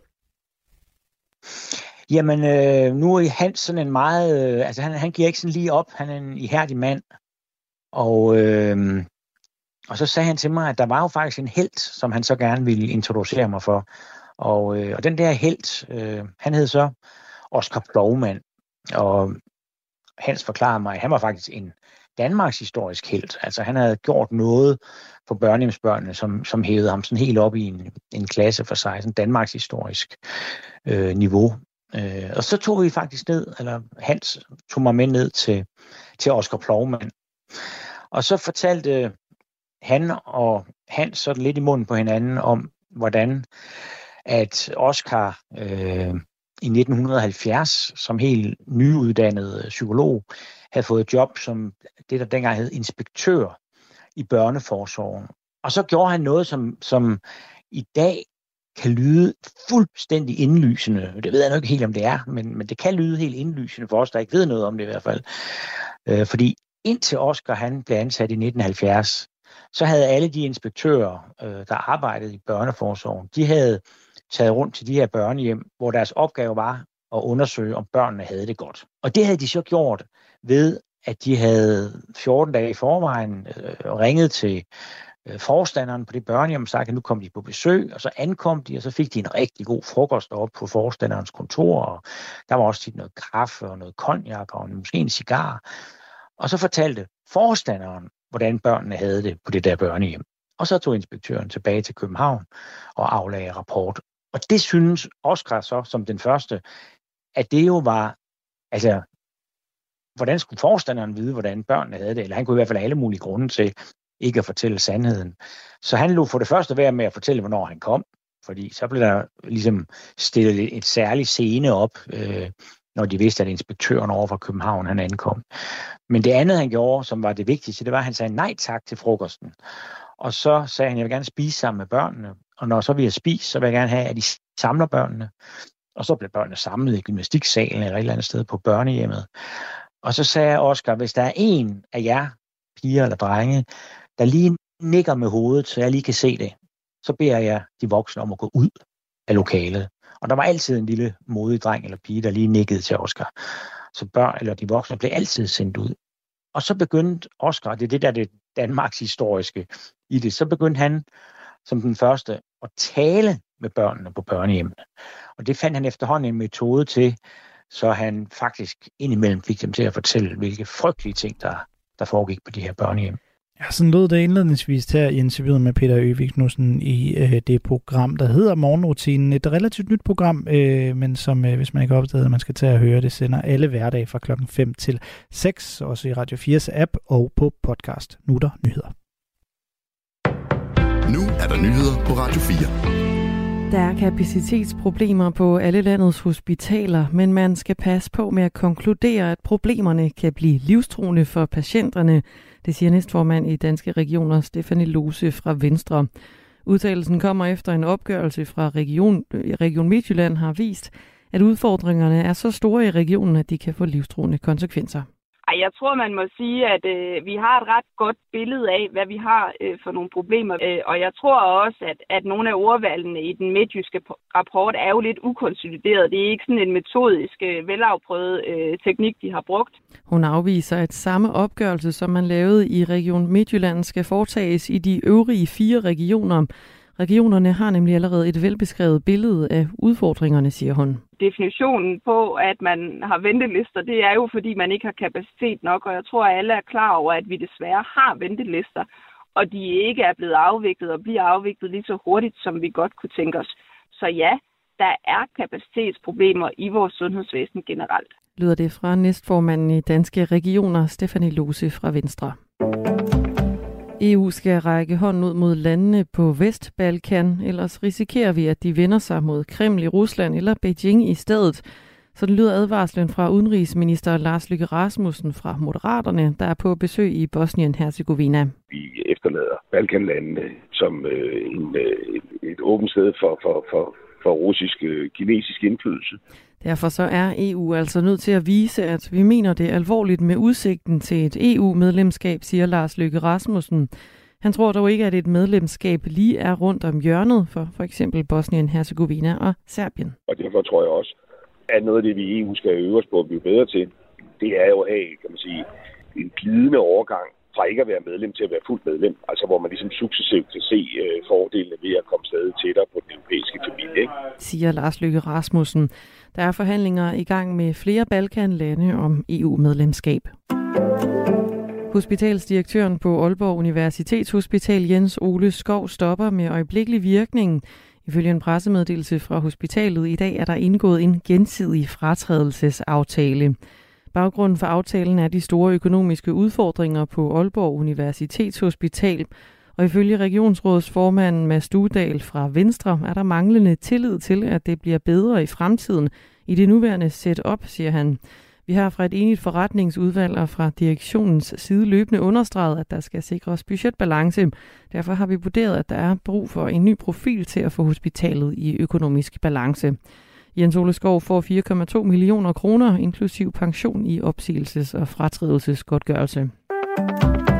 Jamen, øh, nu er Hans sådan en meget... Øh, altså, han, han giver ikke sådan lige op. Han er en ihærdig mand. Og, øh, og så sagde han til mig, at der var jo faktisk en helt, som han så gerne ville introducere mig for. Og, øh, og den der helt, øh, han hed så Oscar Plovmand. Og Hans forklarede mig, at han var faktisk en Danmarks historisk helt. Altså han havde gjort noget for børnehjemsbørnene, som, som hævede ham sådan helt op i en, en klasse for sig, sådan Danmarks historisk øh, niveau. Øh, og så tog vi faktisk ned, eller Hans tog mig med ned til, til Oscar Plovmand. Og så fortalte han og Hans sådan lidt i munden på hinanden om, hvordan at Oscar øh, i nitten halvfjerds som helt nyuddannet psykolog havde fået job som det, der dengang hed inspektør i børneforsorgen. Og så gjorde han noget, som, som i dag kan lyde fuldstændig indlysende. Det ved jeg nok ikke helt, om det er, men, men det kan lyde helt indlysende for os, der ikke ved noget om det i hvert fald. Øh, fordi indtil Oscar han blev ansat i nitten halvfjerds, så havde alle de inspektører, øh, der arbejdede i børneforsorgen, de havde taget rundt til de her børnehjem, hvor deres opgave var at undersøge, om børnene havde det godt. Og det havde de så gjort ved, at de havde fjorten dage i forvejen øh, ringet til øh, forstanderen på det børnehjem og sagt, at nu kom de på besøg, og så ankom de, og så fik de en rigtig god frokost op på forstanderens kontor, og der var også tit noget kaffe og noget cognac og måske en cigar. Og så fortalte forstanderen, hvordan børnene havde det på det der børnehjem. Og så tog inspektøren tilbage til København og aflagde rapport. Og det synes Oscar så som den første, at det jo var, altså, hvordan skulle forstanderen vide, hvordan børnene havde det? Eller han kunne i hvert fald have alle mulige grunde til ikke at fortælle sandheden. Så han lå for det første være med at fortælle, hvornår han kom. Fordi så blev der ligesom stillet et særligt scene op, øh, når de vidste, at inspektøren over fra København, han ankom. Men det andet, han gjorde, som var det vigtigste, det var, at han sagde nej tak til frokosten. Og så sagde han, jeg vil gerne spise sammen med børnene. Og når så vi har spist, så vil jeg gerne have, at de samler børnene. Og så blev børnene samlet i gymnastiksalen eller et eller andet sted på børnehjemmet. Og så sagde Oscar, hvis der er en af jer, piger eller drenge, der lige nikker med hovedet, så jeg lige kan se det, så beder jeg de voksne om at gå ud af lokalet. Og der var altid en lille modig dreng eller pige, der lige nikkede til Oscar. Så børn eller de voksne blev altid sendt ud. Og så begyndte Oscar, det er det der det Danmarks historiske i det, så begyndte han som den første at tale med børnene på børnehjemmene. Og det fandt han efterhånden en metode til, så han faktisk indimellem fik dem til at fortælle, hvilke frygtelige ting, der, der foregik på de her børnehjem. Ja, sådan lød det indledningsvis her i interviewet med Peter Øvig Knudsen i øh, det program, der hedder Morgenrutinen. Et relativt nyt program, øh, men som, øh, hvis man ikke har opdaget, man skal tage at høre, det sender alle hverdage fra klokken fem til seks, også i Radio fires app og på podcast. Nu er der nyheder. Nu er der nyheder på Radio fire. Der er kapacitetsproblemer på alle landets hospitaler, men man skal passe på med at konkludere, at problemerne kan blive livstruende for patienterne. Det siger næstformand i Danske Regioner, Stephanie Lose fra Venstre. Udtalelsen kommer efter en opgørelse fra Region, Region Midtjylland har vist, at udfordringerne er så store i regionen, at de kan få livstruende konsekvenser. Ej, jeg tror, man må sige, at øh, vi har et ret godt billede af, hvad vi har øh, for nogle problemer. Øh, og jeg tror også, at, at nogle af ordvalgene i den midtjyske rapport er jo lidt ukonsolideret. Det er ikke sådan en metodisk, øh, velafprøvet øh, teknik, de har brugt. Hun afviser, at samme opgørelse, som man lavede i Region Midtjylland, skal foretages i de øvrige fire regioner. Regionerne har nemlig allerede et velbeskrevet billede af udfordringerne, siger hun. Definitionen på, at man har ventelister, det er jo, fordi man ikke har kapacitet nok, og jeg tror, at alle er klar over, at vi desværre har ventelister, og de ikke er blevet afviklet og bliver afviklet lige så hurtigt, som vi godt kunne tænke os. Så ja, der er kapacitetsproblemer i vores sundhedsvæsen generelt. Lyder det fra næstformanden i Danske Regioner, Stephanie Lose fra Venstre. E U skal række hånden ud mod landene på Vestbalkan, ellers risikerer vi, at de vender sig mod Kreml i Rusland eller Beijing i stedet. Så lyder advarslen fra udenrigsminister Lars Løkke Rasmussen fra Moderaterne, der er på besøg i Bosnien-Herzegovina. Vi efterlader Balkanlandene som øh, en, øh, et åbent sted for, for, for, for russisk, øh, kinesisk indflydelse. Derfor så er E U altså nødt til at vise, at vi mener det alvorligt med udsigten til et E U-medlemskab, siger Lars Løkke Rasmussen. Han tror dog ikke, at et medlemskab lige er rundt om hjørnet for for eksempel Bosnien-Herzegovina og Serbien. Og derfor tror jeg også, at noget af det, vi i E U skal øve os på at blive bedre til, det er jo at have, kan man sige, en glidende overgang fra ikke at være medlem til at være fuldt medlem. Altså hvor man ligesom successivt kan se øh, fordelene ved at komme stadig tættere på den europæiske familie. Ikke? Siger Lars Løkke Rasmussen. Der er forhandlinger i gang med flere Balkanlande om E U-medlemskab. Hospitalsdirektøren på Aalborg Universitetshospital Jens Ole Skov stopper med øjeblikkelig virkning. Ifølge en pressemeddelelse fra hospitalet i dag er der indgået en gensidig fratrædelsesaftale. Baggrunden for aftalen er de store økonomiske udfordringer på Aalborg Universitetshospital, og ifølge regionsrådsformanden Mads Dudal fra Venstre er der manglende tillid til, at det bliver bedre i fremtiden i det nuværende setup, siger han. Vi har fra et enigt forretningsudvalg og fra direktionens side løbende understreget, at der skal sikres budgetbalance. Derfor har vi vurderet, at der er brug for en ny profil til at få hospitalet i økonomisk balance. Jens Ole Skov får fire komma to millioner kroner, inklusiv pension i opsigelses- og fratrædelsesgodtgørelse.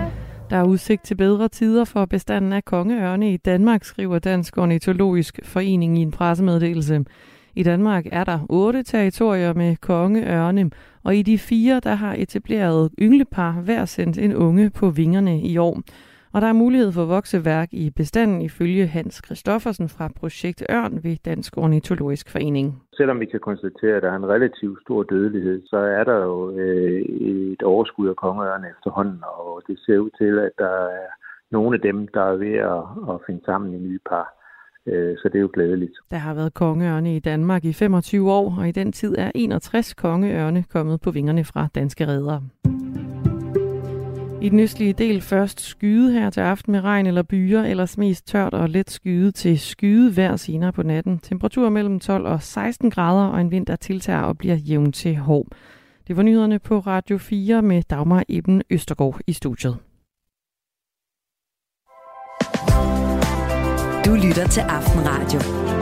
Der er udsigt til bedre tider for bestanden af kongeørne i Danmark, skriver Dansk Ornitologisk Forening i en pressemeddelelse. I Danmark er der otte territorier med kongeørne, og i de fire, der har etableret ynglepar hver sendt en unge på vingerne i år. Og der er mulighed for vokseværk i bestanden ifølge Hans Christoffersen fra Projekt Ørn ved Dansk Ornitologisk Forening. Selvom vi kan konstatere, at der er en relativt stor dødelighed, så er der jo øh, et overskud af kongeørne efterhånden, og det ser ud til, at der er nogle af dem, der er ved at, at finde sammen i nye par. Så det er jo glædeligt. Der har været kongeørne i Danmark i femogtyve år, og i den tid er enogtres kongeørne kommet på vingerne fra danske redere. I den østlige del først skyde her til aften med regn eller byer, ellers mest tørt og let skyde til skyde vejr senere på natten. Temperatur mellem tolv og seksten grader, og en vind, der tiltager og bliver jævn til hård. Det var nyhederne på Radio fire med Dagmar Eben Østergaard i studiet. Du lytter til Aftenradio.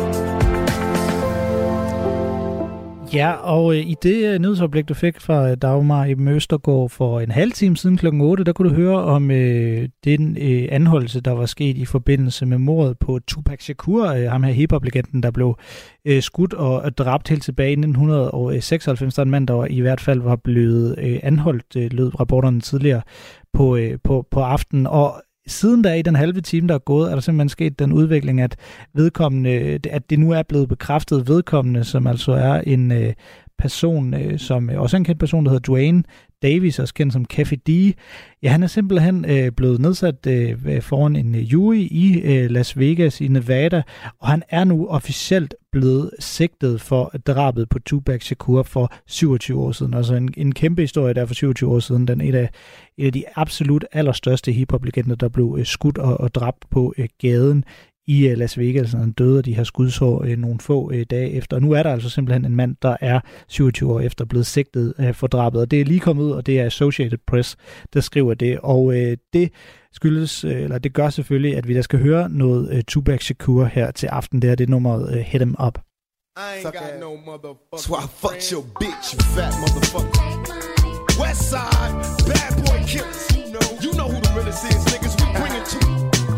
Ja, og i det nyhedsoplæg, du fik fra Dagmar Eben Østergaard for en halv time siden klokken otte, der kunne du høre om øh, den øh, anholdelse, der var sket i forbindelse med mordet på Tupac Shakur, øh, ham her hiphop-legenden, der blev øh, skudt og dræbt helt tilbage i nitten seksoghalvfems. Der er en mand, der i hvert fald var blevet øh, anholdt, øh, lød rapporterne tidligere på, øh, på, på aftenen. Og siden der i den halve time, der er gået, er der simpelthen sket den udvikling, at vedkommende, at det nu er blevet bekræftet vedkommende, som altså er en øh, person, øh, som også er en kendt person, der hedder Dwayne Davis, også kendt som Keffe D. Ja, han er simpelthen øh, blevet nedsat øh, foran en øh, jury i øh, Las Vegas i Nevada, og han er nu officielt blevet sigtet for drabet på Tupac Shakur for syvogtyve år siden. Altså en, en kæmpe historie der for syvogtyve år siden. Den er et af, et af de absolut allerstørste hiphop-legender, der blev øh, skudt og, og dræbt på øh, gaden i uh, Las Vegas. Han døde af de her skudsår uh, nogle få uh, dage efter. Og nu er der altså simpelthen en mand, der er syvogtyve år efter blevet sigtet uh, for drabet. Og det er lige kommet ud, og det er Associated Press, der skriver det. Og uh, det skyldes, uh, eller det gør selvfølgelig, at vi der skal høre noget uh, Tupac Shakur her til aften. Det er det nummeret uh, Hit 'em Up. I ain't got no motherfucker. So I fucked your bitch, you fat motherfucker. Westside, bad boy killers. You know, you know who the realest is, niggas. We bring it to you.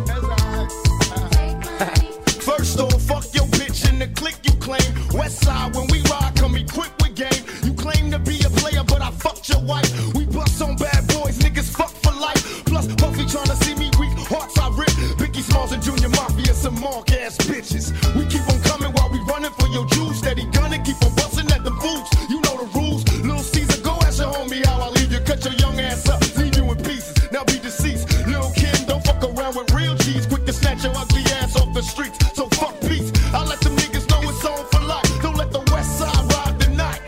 First off, fuck your bitch in the clique you claim. Westside, when we ride, come equipped with game. You claim to be a player, but I fucked your wife. We bust on bad boys, niggas fuck for life. Plus, Puffy tryna see me weak, hearts I rip. Biggie Smalls and Junior Mafia, some mark ass bitches. We keep on coming while we running for your juice. Steady gunning, keep on busting at them fools. You know the rules. Little Caesar, go ask your homie how I leave you. Cut your young ass up, leave you in pieces. Now be deceased. Little Kim, don't fuck around with real cheese. Quick to snatch your ugly ass off the streets. So fuck peace. I let them niggas know it's on for life. Don't let the West Side ride the night.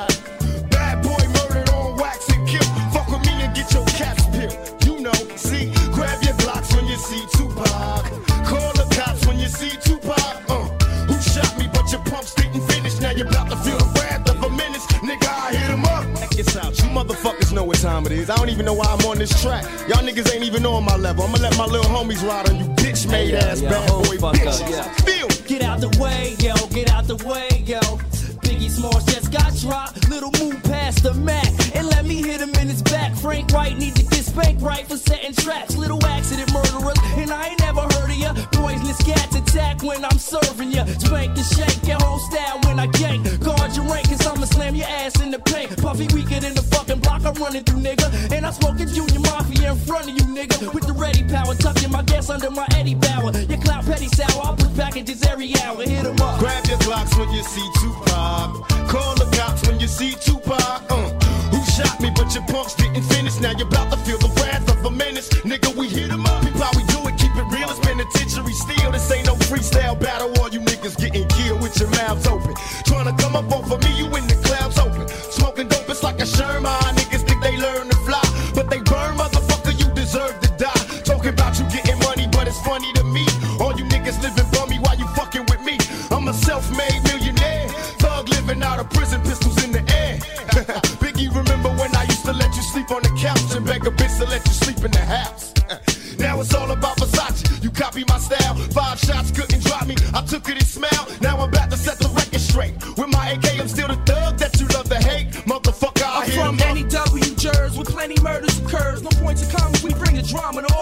Bad boy murdered on wax and kill. Fuck with me and get your cats peeled. You know, see, grab your blocks when you see Tupac. Call the cops when you see Tupac. Uh, who shot me but your pumps didn't finish. Now you're about to feel the wrath of a menace. Nigga, I hit him up. Check this out. You motherfuckers know what time it is. I don't even know why I'm on this track. Y'all niggas ain't even on my level. I'ma let my little homies ride on you bitch made hey, ass yeah, bad boy bitches. Yeah. Feel. Get out the way, yo. Get out the way, yo. Biggie Smalls just got dropped. Little move past the Mac and let me hit him in his back. Frank Wright need to get spanked right for setting traps. Little accident murderers, and I ain't never heard of ya. Poisonous cats attack when I'm serving ya. Spank and shake your whole style when I gank. Guard your rank, cause I'ma slam your ass in the paint. Puffy weaker than the fucking block I'm running through, nigga. And I'm smoking Junior Mafia in front of you, nigga. With the ready power, tucking my gas under my Eddie Bauer. Your clout petty sour, I'll put packages every hour. Hit 'em up. Grab your blocks when you see Tupac. Call the cops when you see Tupac. Uh, who shot me but your punks didn't finish. Now you're about to feel the wrath of a menace. Nigga, we hit 'em up. People how we do it, keep it real. It's penitentiary steel. This ain't no freestyle battle. All you niggas getting killed with your mouths open. Trying to come up off of me, you in the clouds open. Smoking dope, it's like a Sherman. Niggas think they learn to fly, but they burn, motherfucker, you deserve to die. Talking about you getting money, but it's funny to me. All you niggas living bummy while you fucking with me. I'm a self-made millionaire. Thug living out of prison, pistols in the air. Biggie, remember when I used to let you sleep on the couch and beg a bitch to let you sleep in the house? Now it's all about Versace. You copy my style. Five shots couldn't drop me. I took it and smiled. Now I'm about to set the record straight. With my A K, I'm still the thug that you love to hate. Motherfucker, I I'm hit from him up. N E W Jersey, with plenty murders occurs. No point to comment, we bring the drama to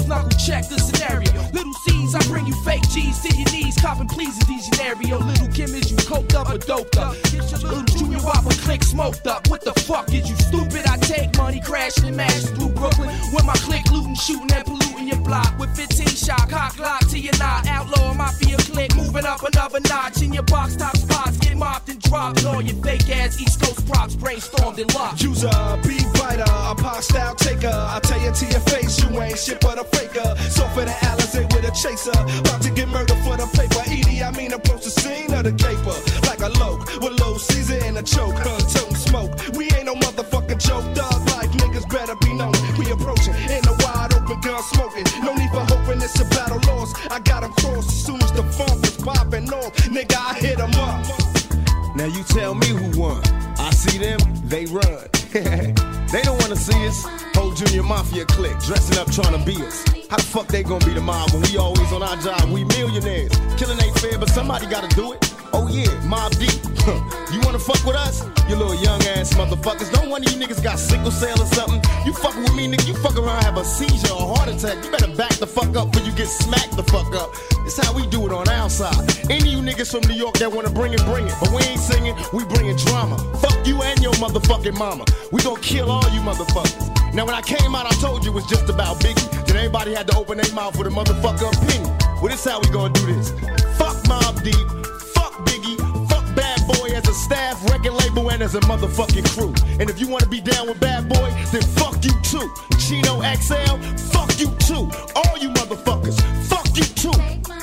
knuckle check the scenario. Little C's, I bring you fake G's to your knees, copping please in these scenario. Little Kim, is you coked up or doped up? Little Junior Whopper click smoked up. What the fuck is you stupid? I take money crashing and mashing through Brooklyn with my click looting, shooting and polluting your block with fifteen shot cock lock to your knot. Outlaw mafia click, moving up another notch in your box top spots, get mopped and dropped. All your fake ass East Coast props brainstormed and locked. User, be fighter, a pop style taker. I tell you to your face, you ain't shit but a faker. So for the Alizé with a chaser, about to get murdered for the paper. Edie, I mean approach the scene of the caper like a loke with low Caesar in a choke, huh? Toting smoke. We ain't no motherfucking joke, dog. Like niggas better be known. We approaching in the wide open gun smoking. No need for hoping it's a battle lost. I got him crossed as soon as the funk was popping off. Nigga, I hit him up. Now you tell me who won. I see them, they run. They don't wanna see us. Whole Junior Mafia clique dressing up trying to be us. How the fuck they gonna be the mob when we always on our job? We millionaires. Killing ain't fair, but somebody gotta do it. Oh yeah, Mob Deep. You wanna fuck with us? You little young ass motherfuckers. Don't one of you niggas got sickle cell or something. You fucking with me, nigga. You fuck around, have a seizure or a heart attack. You better back the fuck up before you get smacked the fuck up. It's how we do it on our side. Any of you niggas from New York that wanna bring it, bring it. But we ain't singing, we bringing drama. Fuck you and your motherfucking mama. We gon' kill all you motherfuckers. Now when I came out, I told you it was just about Biggie. Then everybody had to open their mouth with a motherfucker opinion. Well, this how we gonna do this. Fuck Mob Deep. Biggie, fuck Bad Boy as a staff, record label, and as a motherfucking crew. And if you want to be down with Bad Boy, then fuck you too. Chino X L, fuck you too. All you motherfuckers, fuck you too.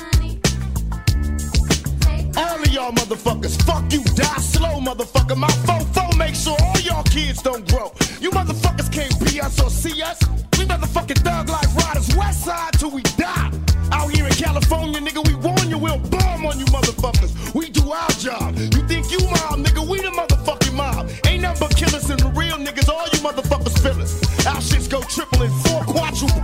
All of y'all motherfuckers, fuck you, die slow, motherfucker. My fofo make sure all y'all kids don't grow. You motherfuckers can't be us or see us. We motherfucking thug life riders, west side till we die. Out here in California, nigga, we warn you, we'll bomb on you motherfuckers. We do our job. You think you mob, nigga, we the motherfucking mob. Ain't nothing but killers and the real niggas, all you motherfuckers feel us. Our shits go triple and four quadruple.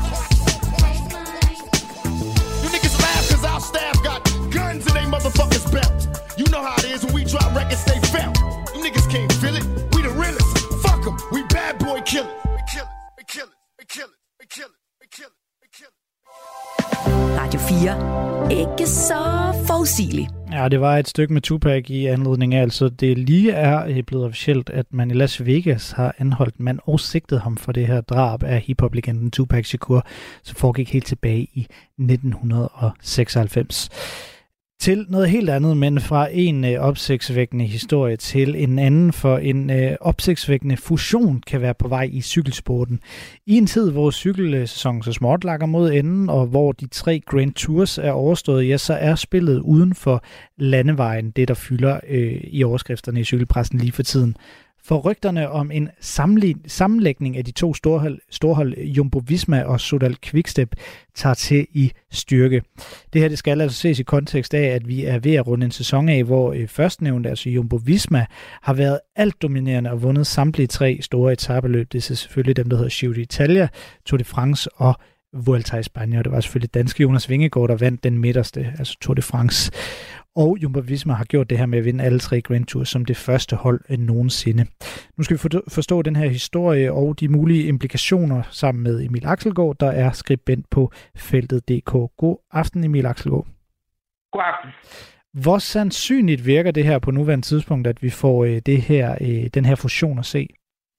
You niggas laugh cause our staff got guns in they motherfuckers belt. You know how it is when we drop records, they felt. You niggas can't feel it, we the realest. Fuck them, we Bad Boy killers. We kill it, we kill it, we kill it, we kill it, we kill it, we kill it. Radio fire. Ikke så forudsigelig. Ja, det var et stykke med Tupac i anledning af, altså det lige er blevet officielt, at man i Las Vegas har anholdt en mand og sigtet ham for det her drab af hiphop-legenden Tupac Shakur, som foregik helt tilbage i nitten seksoghalvfems. Til noget helt andet, men fra en øh, opsigtsvækkende historie til en anden, for en øh, opsigtsvækkende fusion kan være på vej i cykelsporten. I en tid, hvor cykelsæsonen så småt lakker mod enden, og hvor de tre Grand Tours er overstået, ja, så er spillet uden for landevejen det, der fylder øh, i overskrifterne i cykelpressen lige for tiden. For rygterne om en sammenlægning af de to storhold, storhold Jumbo-Visma og Sodal Quickstep tager til i styrke. Det her det skal altså ses i kontekst af, at vi er ved at runde en sæson af, hvor førstnævnte, altså Jumbo-Visma, har været alt dominerende og vundet samtlige tre store etapeløb. Det er selvfølgelig dem, der hedder Giro d'Italia, Tour de France og Vuelta i Spanien. Og det var selvfølgelig danske Jonas Vingegaard, der vandt den midterste, altså Tour de France. Og Jumbo-Visma har gjort det her med at vinde alle tre Grand Tours som det første hold nogensinde. Nu skal vi forstå den her historie og de mulige implikationer sammen med Emil Axelgaard, der er skribent på feltet punktum d k. God aften, Emil Axelgaard. God aften. Hvor sandsynligt virker det her på nuværende tidspunkt, at vi får det her, den her fusion at se?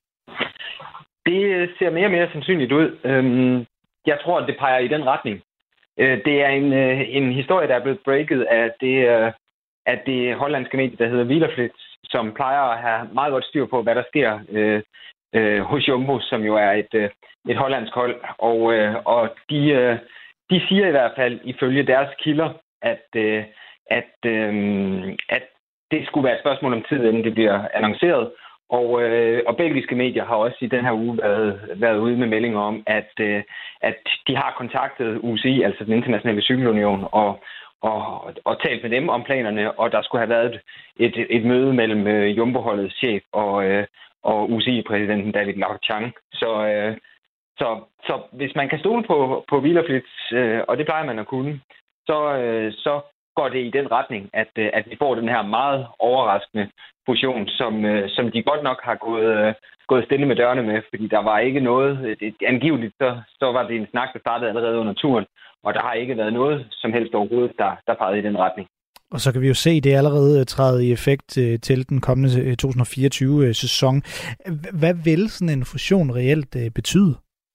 Det ser mere og mere sandsynligt ud. Jeg tror, at det peger i den retning. Det er en, en historie, der er blevet breaket af det, af det hollandske medie, der hedder Wielerflits, som plejer at have meget godt styr på, hvad der sker øh, øh, hos Jumbo, som jo er et, et hollandsk hold. Og, øh, og de, øh, de siger i hvert fald, ifølge deres kilder, at, øh, at, øh, at det skulle være et spørgsmål om tid, inden det bliver annonceret. Og, øh, og belgiske medier har også i den her uge været, været ude med meldinger om, at, øh, at de har kontaktet U C I, altså den internationale cykelunion, og, og, og talt med dem om planerne, og der skulle have været et, et, et møde mellem øh, Jumbo-holdets chef og, øh, og U C I-præsidenten David Lachang. Så, øh, så, så hvis man kan stole på, på Wielerflits, øh, og det plejer man at kunne, så, øh, så går det i den retning, at, at vi får den her meget overraskende fusion, som, som de godt nok har gået, gået stille med dørene med, fordi der var ikke noget, det, angiveligt så, så var det en snak, der startede allerede under turen, og der har ikke været noget som helst overhovedet, der, der pegede i den retning. Og så kan vi jo se, at det allerede træder i effekt til den kommende to tusind og fireogtyve-sæson. Hvad vil sådan en fusion reelt betyde?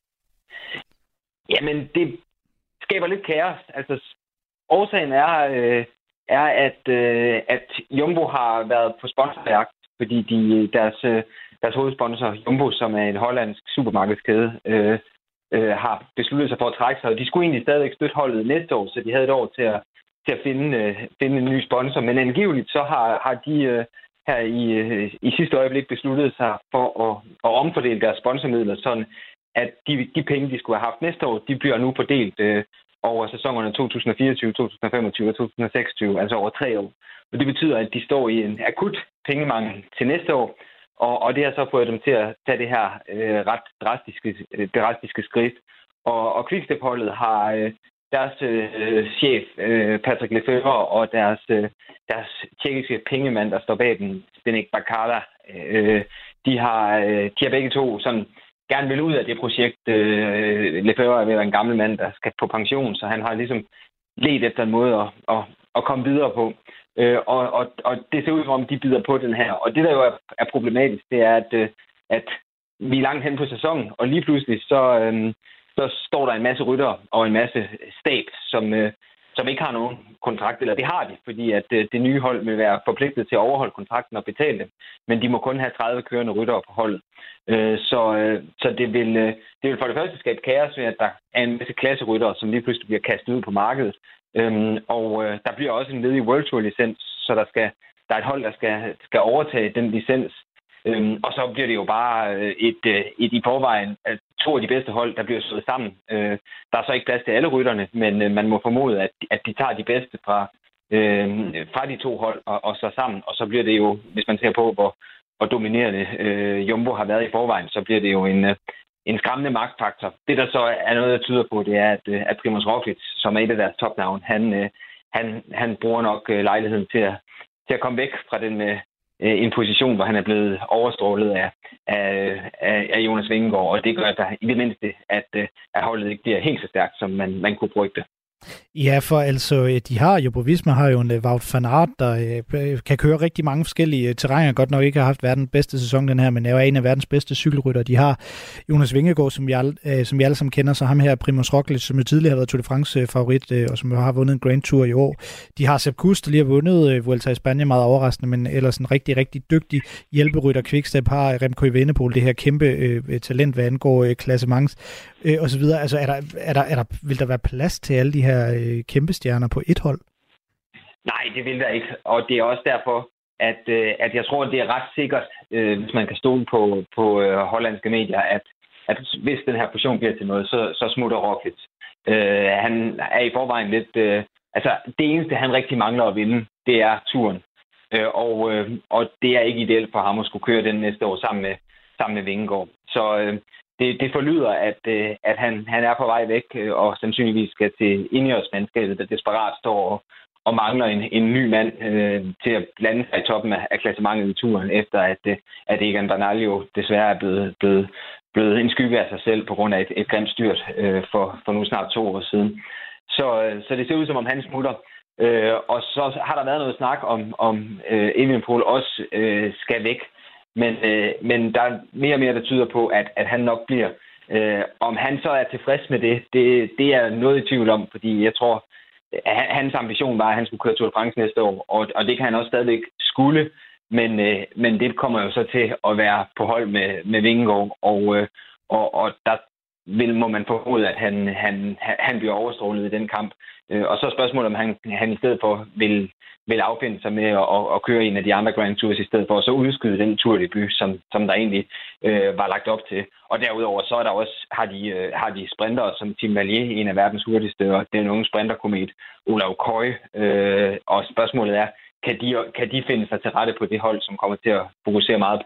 Jamen, det skaber lidt kaos. Altså, årsagen er, øh, er at, øh, at Jumbo har været på sponsorjagt, fordi de, deres, øh, deres hovedsponsor, Jumbo, som er en hollandsk supermarkedskæde, øh, øh, har besluttet sig for at trække sig. Og de skulle egentlig stadigvæk støtte holdet næste år, så de havde et år til at, til at finde, øh, finde en ny sponsor. Men angiveligt så har, har de øh, her i, øh, i sidste øjeblik besluttet sig for at, at omfordele deres sponsormidler, sådan at de, de penge, de skulle have haft næste år, de bliver nu fordelt øh, over sæsonerne to tusind og fireogtyve, to tusind og femogtyve og to tusind og seksogtyve, altså over tre år. Og det betyder, at de står i en akut pengemangel til næste år, og, og det har så fået dem til at tage det her øh, ret drastiske, øh, drastiske skridt. Og, og Quickstep-holdet har øh, deres øh, chef, øh, Patrick Lefevre, og deres, øh, deres tjekkiske pengemand, der står bag den, Zdeněk Bakala, øh, de, har, øh, de har begge to sådan gerne vil ud af det projekt. Øh, Lefevre er ved at være en gammel mand, der skal på pension, så han har ligesom let efter en måde at, at, at komme videre på. Øh, og, og, og det ser ud som om, de bider på den her. Og det, der jo er, er problematisk, det er, at, at vi er langt hen på sæsonen, og lige pludselig så, øh, så står der en masse ryttere og en masse stab, som, øh, som ikke har nogen kontrakt, eller det har de, fordi at øh, det nye hold vil være forpligtet til at overholde kontrakten og betale dem, men de må kun have tredive kørende ryttere på holdet. Øh, så øh, så det, vil, øh, det vil for det første skabe kaos ved, at der er en masse klasseryttere, som lige pludselig bliver kastet ud på markedet. Øhm, og øh, der bliver også en ledig World Tour-licens, så der, skal, der er et hold, der skal, skal overtage den licens. Øhm, og så bliver det jo bare et, et i forvejen, at to af de bedste hold, der bliver slået sammen. Øh, der er så ikke plads til alle rytterne, men øh, man må formode, at, at de tager de bedste fra, øh, fra de to hold og, og så sammen. Og så bliver det jo, hvis man ser på, hvor, hvor dominerende øh, Jumbo har været i forvejen, så bliver det jo en, en skræmmende magtfaktor. Det, der så er noget, der tyder på, det er, at, at Primož Roglič, som er et af deres topnavn, han, øh, han, han bruger nok lejligheden til at, til at komme væk fra den øh, en position, hvor han er blevet overstrålet af, af, af Jonas Vingegaard, og det gør der i det mindste, at, at holdet ikke bliver helt så stærkt, som man, man kunne frygte. Ja, for altså, de har jo, Visma har jo en Wout van Aert, der øh, kan køre rigtig mange forskellige terræner, godt nok ikke har haft verdens bedste sæson den her, men er jo en af verdens bedste cykelrytter. De har Jonas Vingegaard, som vi, alle, øh, som vi alle sammen kender, så ham her, Primož Roglič, som jo tidligere har været Tour de France-favorit, øh, og som jo har vundet en Grand Tour i år. De har Sepp Kuss, der lige har vundet øh, Vuelta i Spanien, meget overraskende, men ellers en rigtig, rigtig dygtig hjælperytter. Quickstep har Remco Evenepoel, det her kæmpe øh, talent, hvad angår øh, klassements, øh, og så videre. Altså, er der, er der, er der, vil der være plads til alle de her øh, kæmpe stjerner på et hold? Nej, det vil der ikke. Og det er også derfor, at, øh, at jeg tror, at det er ret sikkert, øh, hvis man kan stole på, på øh, hollandske medier, at, at hvis den her fusion bliver til noget, så, så smutter Roglič. Øh, han er i forvejen lidt... Øh, altså, det eneste, han rigtig mangler at vinde, det er turen. Øh, og, øh, og det er ikke ideelt for ham at skulle køre den næste år sammen med, sammen med Vingegaard. Så... Øh, Det, det forlyder, at, at han, han er på vej væk, og sandsynligvis skal til Ineos-mandskabet, der desperat står og, og mangler en, en ny mand øh, til at blande sig i toppen af, af klassementet i turen, efter at, at Egan Bernal jo desværre er blevet, blevet, blevet en skygge af sig selv på grund af et, et grimt styrt øh, for, for nu snart to år siden. Så, så det ser ud, som om han smutter. Øh, og så har der været noget snak om, om øh, Evenepoel også øh, skal væk. Men, øh, men der er mere og mere, der tyder på, at, at han nok bliver. Øh, om han så er tilfreds med det, det, det er noget i tvivl om, fordi jeg tror, at hans ambition var, at han skulle køre Tour de France næste år, og, og det kan han også stadigvæk skulle, men, øh, men det kommer jo så til at være på hold med, med Vingegaard, og, øh, og, og der vil, må man formode, at han, han, han bliver overstrålet i den kamp. Øh, og så er spørgsmålet, om han, han i stedet for vil, vil affinde sig med at, at, at køre en af de andre Grand Tours i stedet for, og så udskyde den turdebut, som, som der egentlig øh, var lagt op til. Og derudover så er der også, har de, øh, har de sprintere som Tim Merlier, en af verdens hurtigste, og den unge sprinterkomet Olav Køj. Øh, og spørgsmålet er, kan de, kan de finde sig til rette på det hold, som kommer til at fokusere meget på,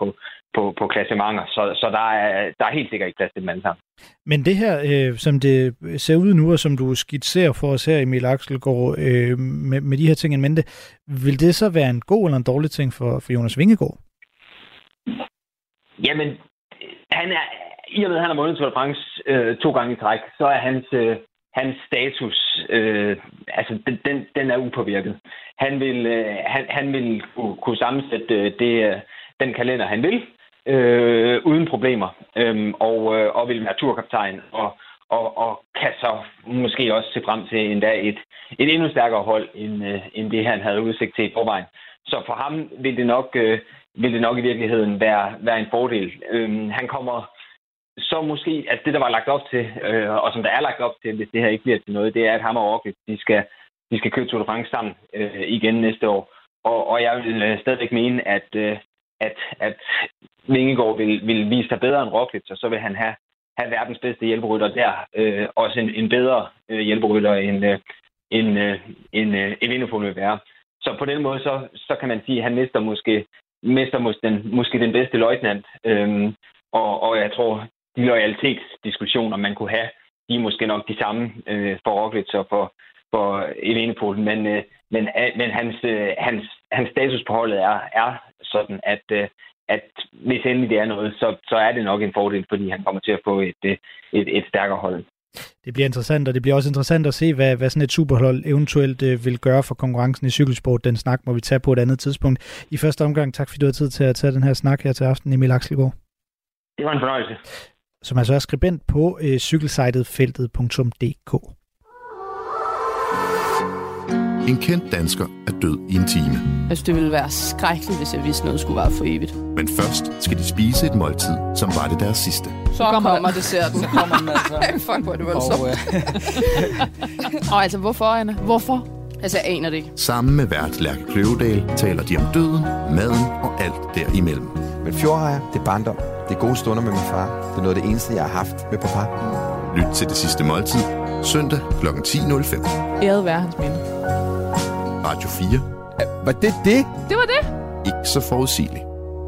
på, på klassementer. Så, så der, er, der er helt sikkert ikke plads til dem alle sammen. Men det her, øh, som det ser ud nu, og som du skitserer for os her, Emil Axelgaard, øh, med, med de her ting i mente, vil det så være en god eller en dårlig ting for, for Jonas Vingegaard? Jamen, han er, i og med, at han har vundet Tour de France øh, to gange i træk, så er hans, øh, hans status, øh, altså den, den, den er upåvirket. Han vil, øh, han, han vil kunne, kunne sammensætte det, den kalender, han vil, øh, uden problemer, øh, og, øh, og vil være turkaptajn, og, og, og kan så måske også se frem til endda et, et endnu stærkere hold, end, øh, end det, han havde udsigt til i forvejen. Så for ham vil det nok, øh, vil det nok i virkeligheden være, være en fordel. Øh, han kommer så måske, altså det, der var lagt op til, øh, og som der er lagt op til, hvis det her ikke bliver til noget, det er, at ham og Roglic, de skal, de skal købe Tour de France sammen øh, igen næste år. Og, og jeg vil øh, stadigvæk mene, at, øh, at, at Vingegaard vil, vil vise sig bedre end Roglic, og så vil han have, have verdens bedste hjælperytter der. Øh, også en, en bedre øh, hjælperytter, end, øh, end, øh, end, øh, end Evenepoel vil være. Så på den måde, så, så kan man sige, at han mister måske, mister måske, den, måske den bedste løjtnant. Øh, og, og jeg tror, de loyalitetsdiskussioner, man kunne have, de er måske nok de samme øh, for Roglic og for, for Evenepoel. Men, øh, men, men hans, øh, hans, hans status på holdet er, er sådan, at, øh, at hvis endelig det er noget, så, så er det nok en fordel, fordi han kommer til at få et, et, et stærkere hold. Det bliver interessant, og det bliver også interessant at se, hvad, hvad sådan et superhold eventuelt øh, vil gøre for konkurrencen i cykelsport. Den snak må vi tage på et andet tidspunkt. I første omgang, tak fordi du har tid til at tage den her snak her til aften, Emil Axelgaard. Det var en fornøjelse. Som altså er skribent på øh, cykelsitet feltet punktum d k. En kendt dansker er død i en time. Altså, det ville være skrækkeligt, hvis jeg vidste, noget skulle være for evigt. Men først skal de spise et måltid, som var det deres sidste. Så kommer, kommer desserten. Så kommer den altså. Fuck, hvor er det voldsomt. Og, øh... og altså, hvorfor, Anna? Hvorfor? Altså, jeg aner det ikke. Sammen med vært Lærke Kløvedal taler de om døden, maden og alt derimellem. Men fjordrejer, det er barndom. Det er gode stunder med min far. Det er noget af det eneste, jeg har haft med papa. Lyt til Det Sidste Måltid, søndag klokken ti nul fem. Æret være hans minde. Radio fire. Æ, var det det? Det var det. Ikke så forudsigeligt.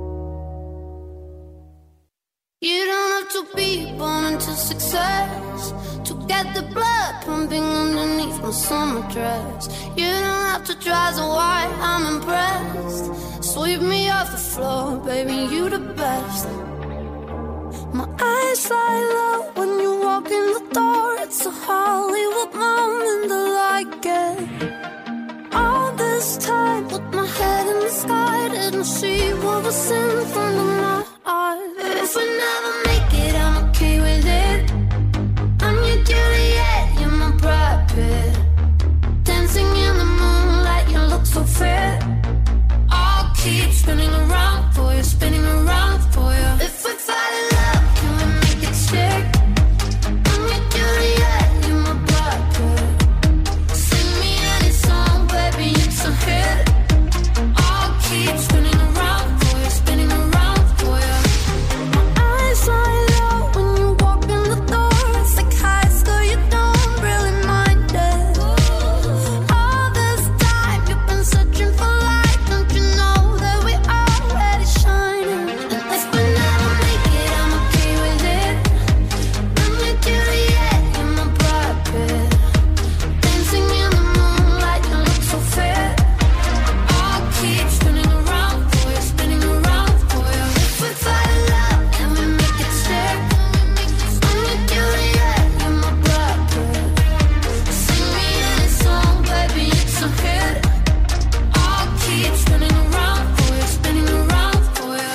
You don't have to be born into success to get the blood pumping underneath my summer dress. You don't have to try so why I'm impressed. Sweep me off the floor, baby, you the best. My eyes light up when you walk in the door. It's a Hollywood moment that I get. All this time, put my head in the sky, didn't see what was in front of my eyes. If we never make it, I'm okay with it. I'm your Juliet, you're my Brad Pitt. Dancing in the moonlight, you look so fit. I'll keep spinning around for you, spinning around for you. If we fall in love, can we make it stick? I'm your Juliet, you're my Brad Pitt. Sing me any song, baby, it's a hit. I'll keep spinning around for you, spinning around for you. My eyes light up when you walk in the door. It's like high school, you don't really mind it. All this time you've been searching for light, don't you know that we already shining? And if we never make it, I'm okay with it. I'm your Juliet, you're my Brad Pitt. Dancing in the moonlight, you look so fit. I'll keep spinning around for you, spinning around for you. If we fall in love, can we make it stick? I'm your Juliet, you're my Brad Pitt. Sing me any song, baby, it's a hit. I'll keep spinning around for you, spinning around for you.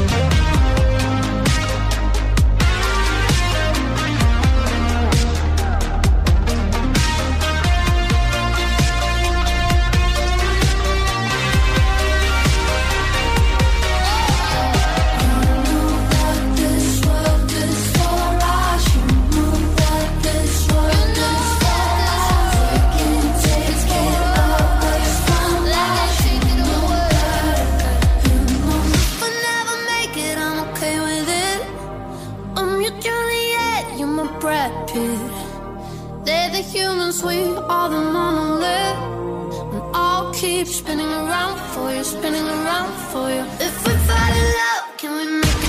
This world is for us. You know that this world is for us. We can take it away from us. You know that. You know if I never make it, I'm okay with it. I'm your Juliet, you're my Brad Pitt. They're the humans, we are the monolith. And I'll keep spinning around for you, spinning around for you. If we fall in love, can we make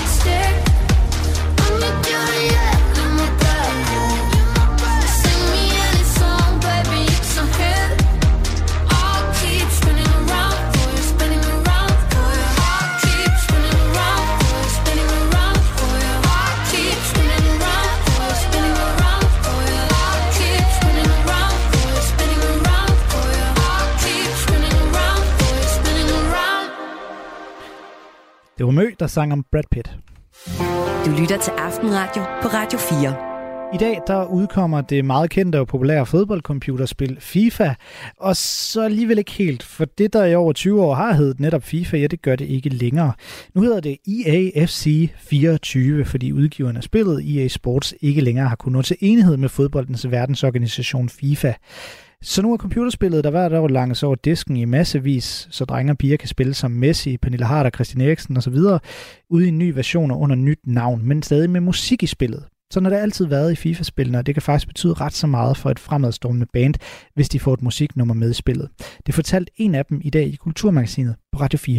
Det var Mø, der sang om Brad Pitt. Du lytter til Aftenradio på Radio fire. I dag der udkommer det meget kendte og populære fodboldcomputerspil FIFA, og så alligevel ikke helt, for det der i over tyve år har heddet netop FIFA, ja det gør det ikke længere. Nu hedder det E A F C fireogtyve, fordi udgiverne af spillet E A Sports ikke længere har kunnet nå til enighed med fodboldens verdensorganisation FIFA. Så nu er computerspillet, der hvert år langes over disken i massevis, så drenge og piger kan spille som Messi, Pernille Harder, Christian Eriksen osv. ude i en ny version og under nyt navn, men stadig med musik i spillet. Sådan har det altid været i FIFA-spillene, og det kan faktisk betyde ret så meget for et fremadstormende band, hvis de får et musiknummer med i spillet. Det fortalte en af dem i dag i Kulturmagasinet på Radio fire.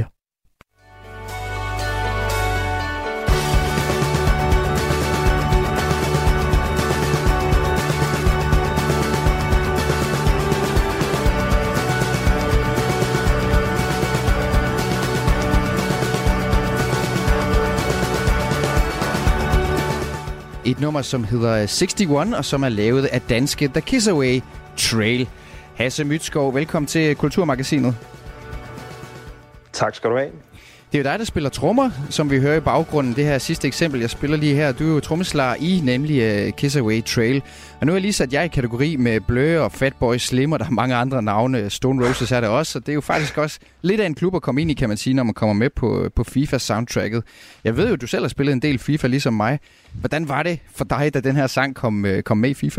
Et nummer, som hedder enogtres, og som er lavet af danske The Kiss Away Trail. Hasse Mytskov, velkommen til Kulturmagasinet. Tak skal du have. Det er jo dig, der spiller trommer, som vi hører i baggrunden. Det her sidste eksempel, jeg spiller lige her. Du er jo trommeslager i, nemlig uh, Kiss Away Trail. Og nu har jeg lige sat jer i kategori med Blø og Fatboy Slim, og der er mange andre navne. Stone Roses er det også, og det er jo faktisk også lidt af en klub at komme ind i, kan man sige, når man kommer med på, på FIFA-soundtracket. Jeg ved jo, du selv har spillet en del FIFA, ligesom mig. Hvordan var det for dig, da den her sang kom, kom med i FIFA?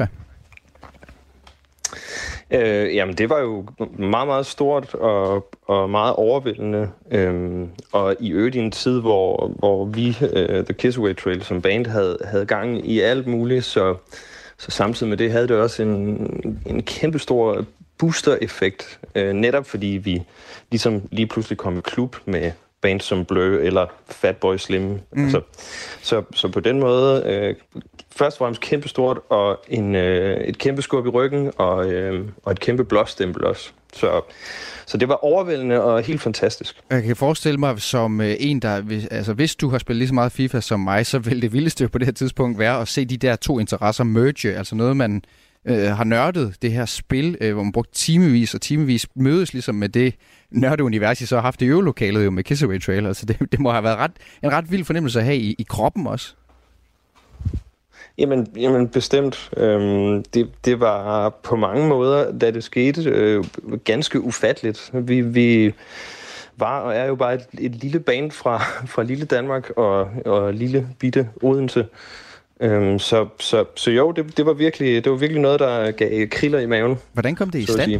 Øh, jamen, det var jo meget, meget stort og, og meget overvældende. Øhm, og i øvrigt i en tid, hvor, hvor vi, uh, The Kiss Away Trail, som band, havde, havde gang i alt muligt, så, så samtidig med det havde det også en, en kæmpe stor booster-effekt. Øh, netop fordi vi ligesom lige pludselig kom i klub med bands som Blø eller Fatboy Slim. Mm. Altså, så, så på den måde, øh, først og fremmest kæmpe stort, og en, øh, et kæmpe skub i ryggen, og, øh, og et kæmpe blåstempel også. Så, så det var overvældende og helt fantastisk. Jeg kan forestille mig som øh, en, der... Altså, hvis du har spillet lige så meget FIFA som mig, så vil det vildeste på det her tidspunkt være at se de der to interesser merge. Altså noget, man øh, har nørdet, det her spil, øh, hvor man brugt timevis og timevis mødes ligesom med det nørdeunivers, I så har haft i øvelokalet jo med Kiss Away Trail. Altså det, det må have været ret, en ret vild fornemmelse at have i, i kroppen også. Jamen, jamen bestemt. Øhm, det, det var på mange måder, da det skete, øh, ganske ufatteligt. Vi, vi var og er jo bare et, et lille band fra, fra lille Danmark og, og lille bitte Odense. Øhm, så, så, så jo, det, det, var virkelig, det var virkelig noget, der gav kriller i maven. Hvordan kom det i stand?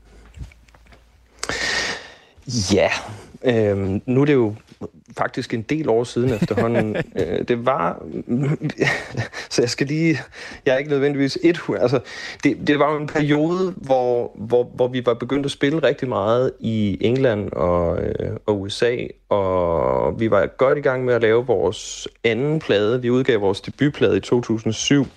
Ja, øhm, nu er det jo faktisk en del år siden efterhånden. øh, det var... så jeg skal lige... Jeg er ikke nødvendigvis et... Altså, det, det var jo en periode, hvor, hvor, hvor vi var begyndt at spille rigtig meget i England og, øh, og U S A, og vi var godt i gang med at lave vores anden plade. Vi udgav vores debutplade i to tusind og syv.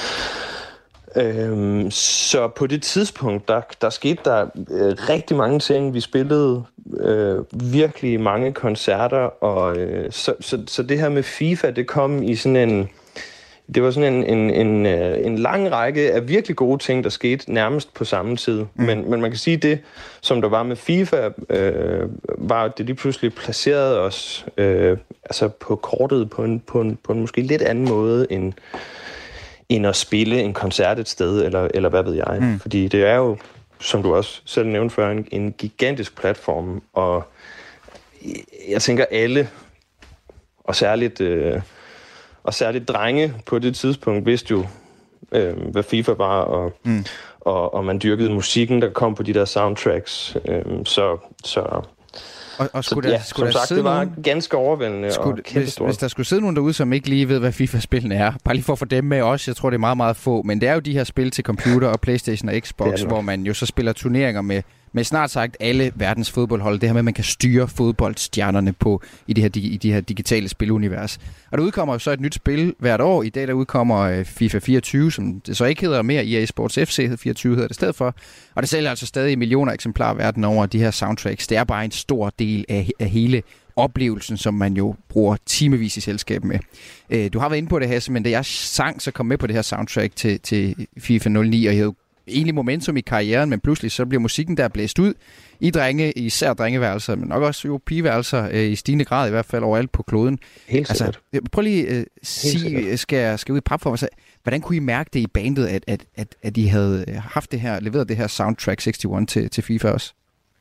Øhm, så på det tidspunkt, der, der skete der øh, rigtig mange ting. Vi spillede øh, virkelig mange koncerter, og øh, så, så, så det her med FIFA, det kom i sådan en... Det var sådan en, en, en, en lang række af virkelig gode ting, der skete nærmest på samme tid. Mm. Men, men man kan sige, det, som der var med FIFA, øh, var, at det lige pludselig placerede os øh, altså på kortet på en, på, en, på en måske lidt anden måde end... end at spille en koncert et sted, eller, eller hvad ved jeg. Mm. Fordi det er jo, som du også selv nævnte før, en, en gigantisk platform, og jeg tænker alle, og særligt, øh, og særligt drenge på det tidspunkt, vidste jo, øh, hvad FIFA var, og, mm. og, og man dyrkede musikken, der kom på de der soundtracks. Øh, så... så Og, og skulle så, der, ja, skulle som der sagt, det var nogen, ganske overvældende skulle, og kæmpe hvis, stort. hvis der skulle sidde nogen derude, som ikke lige ved, hvad FIFA-spillene er, bare lige for at få dem med også, jeg tror, det er meget, meget få, men det er jo de her spil til computer og PlayStation og Xbox, hvor man jo så spiller turneringer med, med snart sagt alle verdens fodboldhold. Det her med, at man kan styre fodboldstjernerne på i det her, i de her digitale spilunivers. Og der udkommer jo så et nyt spil hvert år. I dag der udkommer FIFA fireogtyve, som det så ikke hedder mere. E A Sports F C fireogtyve hedder det i stedet for. Og det sælger altså stadig millioner eksemplarer verden over de her soundtracks. Det er bare en stor del af, af hele oplevelsen, som man jo bruger timevis i selskab med. Du har været inde på det, Hasse, men da jeg sang, så kom med på det her soundtrack til, til FIFA nul ni, og jeg havde egentlig momentum i karrieren, men pludselig så bliver musikken der blæst ud i drenge, især drengeværelser, men nok også jo pigeværelser øh, i stigende grad, i hvert fald overalt på kloden. Helt sikkert. Altså, prøv lige at øh, sige, skal jeg skal ud i pap for mig, så, hvordan kunne I mærke det i bandet, at, at, at, at I havde haft det her, leveret det her soundtrack seksogtres til, til FIFA også?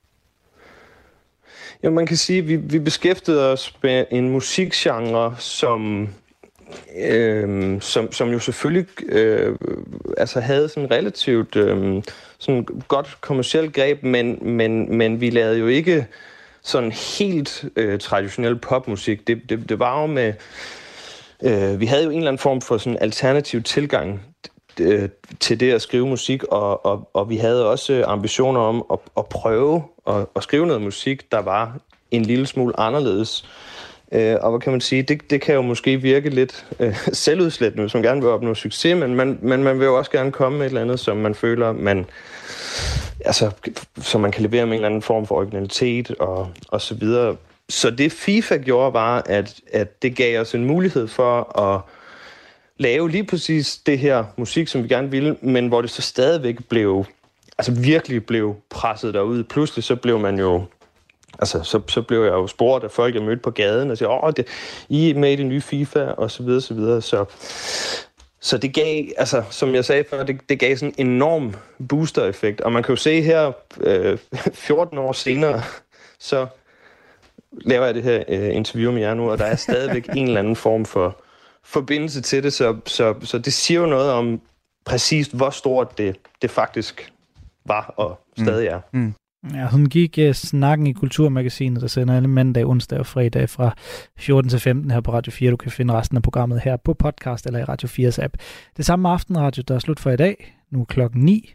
Ja, man kan sige, at vi, vi beskæftigede os med en musikgenre, som, øh, som, som jo selvfølgelig øh, altså havde sådan relativt øh, sådan godt kommercielt greb, men, men, men vi lavede jo ikke sådan helt øh, traditionel popmusik. Det, det, det var jo med... Øh, vi havde jo en eller anden form for sådan alternativ tilgang øh, til det at skrive musik, og, og, og vi havde også ambitioner om at, at prøve at, at skrive noget musik, der var en lille smule anderledes. Øh, og hvad kan man sige, det, det kan jo måske virke lidt øh, selvudslættende, som gerne vil opnå succes, men man, men man vil jo også gerne komme med et eller andet, som man føler, man, altså, som man kan levere med en eller anden form for originalitet og, og så videre. Så det FIFA gjorde var, at, at det gav os en mulighed for at lave lige præcis det her musik, som vi gerne ville, men hvor det så stadigvæk blev, altså virkelig blev presset derud. Pludselig så blev man jo, altså så, så blev jeg jo spurgt af folk, jeg mødte på gaden, og siger, åh, det, I er med i det nye FIFA, og så videre, så videre. Så, så det gav, altså som jeg sagde før, det, det gav sådan en enorm booster-effekt. Og man kan jo se her, øh, fjorten år senere, så laver jeg det her øh, interview med jer nu, og der er stadigvæk en eller anden form for forbindelse til det, så, så, så det siger jo noget om præcis, hvor stort det, det faktisk var og stadig er. Mm. Mm. Ja, hun gik uh, snakken i Kulturmagasinet, der sender alle mandag, onsdag og fredag fra fjorten til femten her på Radio fire. Du kan finde resten af programmet her på podcast eller i Radio fires app. Det samme aftenradio, der er slut for i dag. Nu er klokken ni.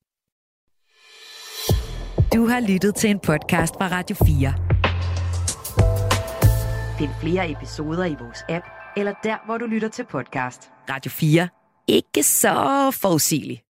Du har lyttet til en podcast fra Radio fire. Find flere episoder i vores app, eller der, hvor du lytter til podcast. Radio fire. Ikke så forudsigeligt.